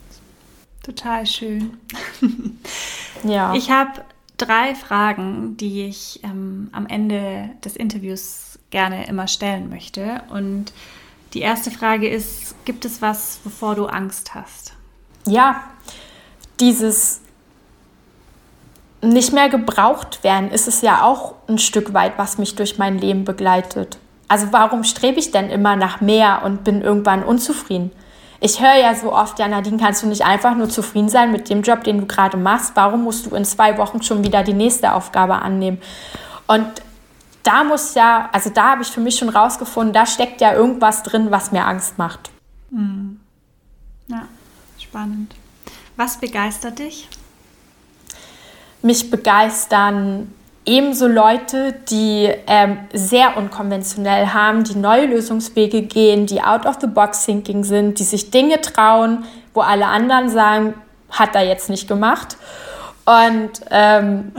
Total schön. Ja. Ich habe drei Fragen, die ich ähm, am Ende des Interviews gerne immer stellen möchte. Und die erste Frage ist, gibt es was, wovor du Angst hast? Ja, dieses nicht mehr gebraucht werden, ist es ja auch ein Stück weit, was mich durch mein Leben begleitet. Also warum strebe ich denn immer nach mehr und bin irgendwann unzufrieden? Ich höre ja so oft, ja Nadine, kannst du nicht einfach nur zufrieden sein mit dem Job, den du gerade machst? Warum musst du in zwei Wochen schon wieder die nächste Aufgabe annehmen? Und da muss ja, also da habe ich für mich schon rausgefunden, da steckt ja irgendwas drin, was mir Angst macht. Mhm. Ja, spannend. Was begeistert dich? Mich begeistern ebenso Leute, die ähm, sehr unkonventionell haben, die neue Lösungswege gehen, die out-of-the-box-thinking sind, die sich Dinge trauen, wo alle anderen sagen, hat er jetzt nicht gemacht. Und ähm,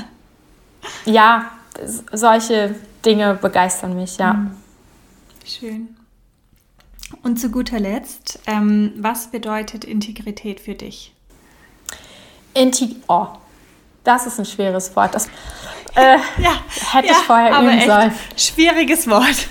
ja, solche Dinge begeistern mich, ja. Schön. Und zu guter Letzt, ähm, was bedeutet Integrität für dich? Integ- oh, das ist ein schweres Wort. Das Äh, ja, hätte ja, ich vorher aber üben echt sollen. Schwieriges Wort.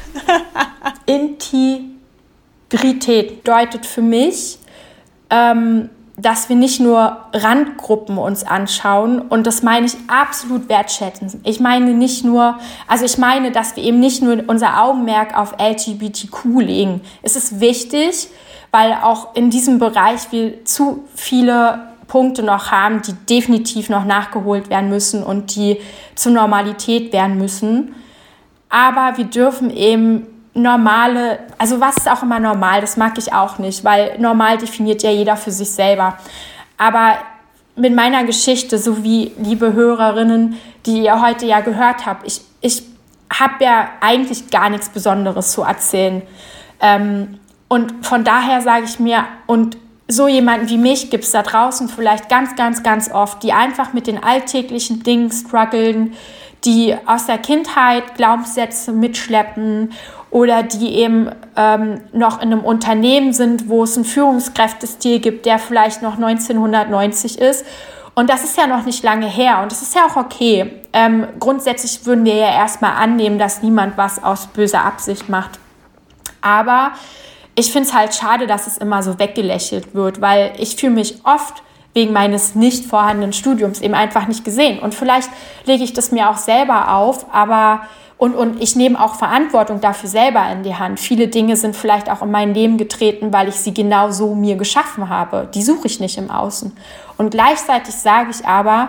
Integrität bedeutet für mich, ähm, dass wir nicht nur Randgruppen uns anschauen, und das meine ich absolut wertschätzend. Ich meine nicht nur, also ich meine, dass wir eben nicht nur unser Augenmerk auf L G B T Q legen. Es ist wichtig, weil auch in diesem Bereich wir zu viele Punkte noch haben, die definitiv noch nachgeholt werden müssen und die zur Normalität werden müssen. Aber wir dürfen eben normale, also was ist auch immer normal, das mag ich auch nicht, weil normal definiert ja jeder für sich selber. Aber mit meiner Geschichte, so wie liebe Hörerinnen, die ihr heute ja gehört habt, ich, ich habe ja eigentlich gar nichts Besonderes zu erzählen. Ähm, und von daher sage ich mir, und so jemanden wie mich gibt es da draußen vielleicht ganz, ganz, ganz oft, die einfach mit den alltäglichen Dingen strugglen, die aus der Kindheit Glaubenssätze mitschleppen oder die eben ähm, noch in einem Unternehmen sind, wo es einen Führungskräftestil gibt, der vielleicht noch neunzehnhundertneunzig ist. Und das ist ja noch nicht lange her und das ist ja auch okay. Ähm, grundsätzlich würden wir ja erstmal annehmen, dass niemand was aus böser Absicht macht. Aber ich finde es halt schade, dass es immer so weggelächelt wird, weil ich fühle mich oft wegen meines nicht vorhandenen Studiums eben einfach nicht gesehen. Und vielleicht lege ich das mir auch selber auf, aber und, und ich nehme auch Verantwortung dafür selber in die Hand. Viele Dinge sind vielleicht auch in mein Leben getreten, weil ich sie genau so mir geschaffen habe. Die suche ich nicht im Außen. Und gleichzeitig sage ich aber,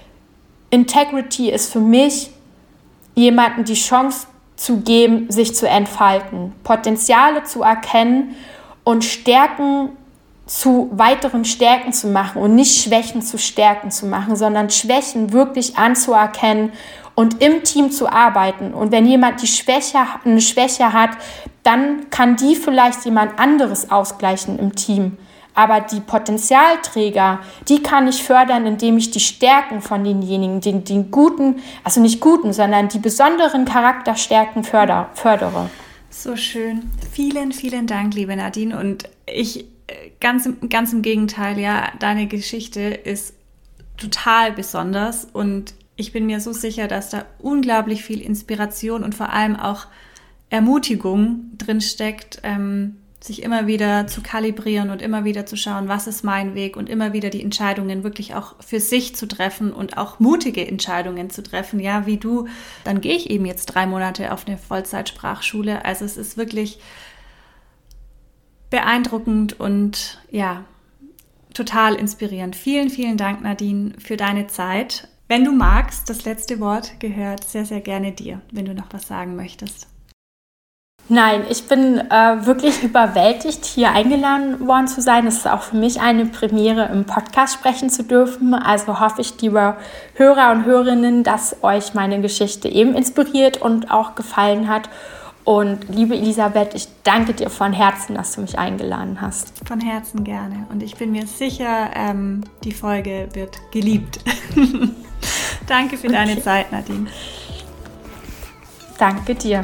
Integrity ist für mich, jemandem die Chance zu geben, sich zu entfalten, Potenziale zu erkennen und Stärken zu weiteren Stärken zu machen und nicht Schwächen zu Stärken zu machen, sondern Schwächen wirklich anzuerkennen und im Team zu arbeiten. Und wenn jemand die Schwäche, eine Schwäche hat, dann kann die vielleicht jemand anderes ausgleichen im Team. Aber die Potenzialträger, die kann ich fördern, indem ich die Stärken von denjenigen, den, den guten, also nicht guten, sondern die besonderen Charakterstärken förder, fördere. So schön. Vielen, vielen Dank, liebe Nadine. Und ich, ganz, ganz im Gegenteil, ja, deine Geschichte ist total besonders und ich bin mir so sicher, dass da unglaublich viel Inspiration und vor allem auch Ermutigung drin steckt, ähm, sich immer wieder zu kalibrieren und immer wieder zu schauen, was ist mein Weg und immer wieder die Entscheidungen wirklich auch für sich zu treffen und auch mutige Entscheidungen zu treffen. Ja, wie du, dann gehe ich eben jetzt drei Monate auf eine Vollzeitsprachschule. Also es ist wirklich beeindruckend und ja, total inspirierend. Vielen, vielen Dank, Nadine, für deine Zeit. Wenn du magst, das letzte Wort gehört sehr, sehr gerne dir, wenn du noch was sagen möchtest. Nein, ich bin äh, wirklich überwältigt, hier eingeladen worden zu sein. Es ist auch für mich eine Premiere, im Podcast sprechen zu dürfen. Also hoffe ich, liebe Hörer und Hörerinnen, dass euch meine Geschichte eben inspiriert und auch gefallen hat. Und liebe Elisabeth, ich danke dir von Herzen, dass du mich eingeladen hast. Von Herzen gerne. Und ich bin mir sicher, ähm, die Folge wird geliebt. Danke für deine okay. Zeit, Nadine. Danke dir.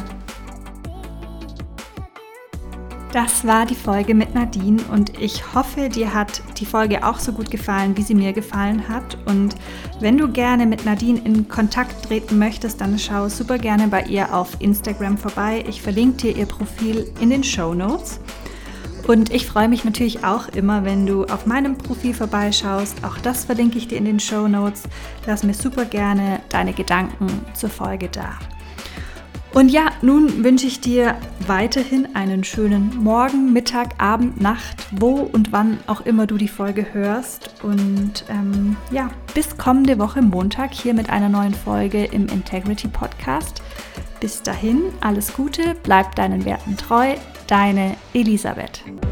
Das war die Folge mit Nadine und ich hoffe, dir hat die Folge auch so gut gefallen, wie sie mir gefallen hat. Und wenn du gerne mit Nadine in Kontakt treten möchtest, dann schau super gerne bei ihr auf Instagram vorbei. Ich verlinke dir ihr Profil in den Shownotes. Und ich freue mich natürlich auch immer, wenn du auf meinem Profil vorbeischaust. Auch das verlinke ich dir in den Shownotes. Lass mir super gerne deine Gedanken zur Folge da. Und ja, nun wünsche ich dir weiterhin einen schönen Morgen, Mittag, Abend, Nacht, wo und wann auch immer du die Folge hörst. Und ähm, ja, bis kommende Woche Montag hier mit einer neuen Folge im Integrity Podcast. Bis dahin, alles Gute, bleib deinen Werten treu, deine Elisabeth.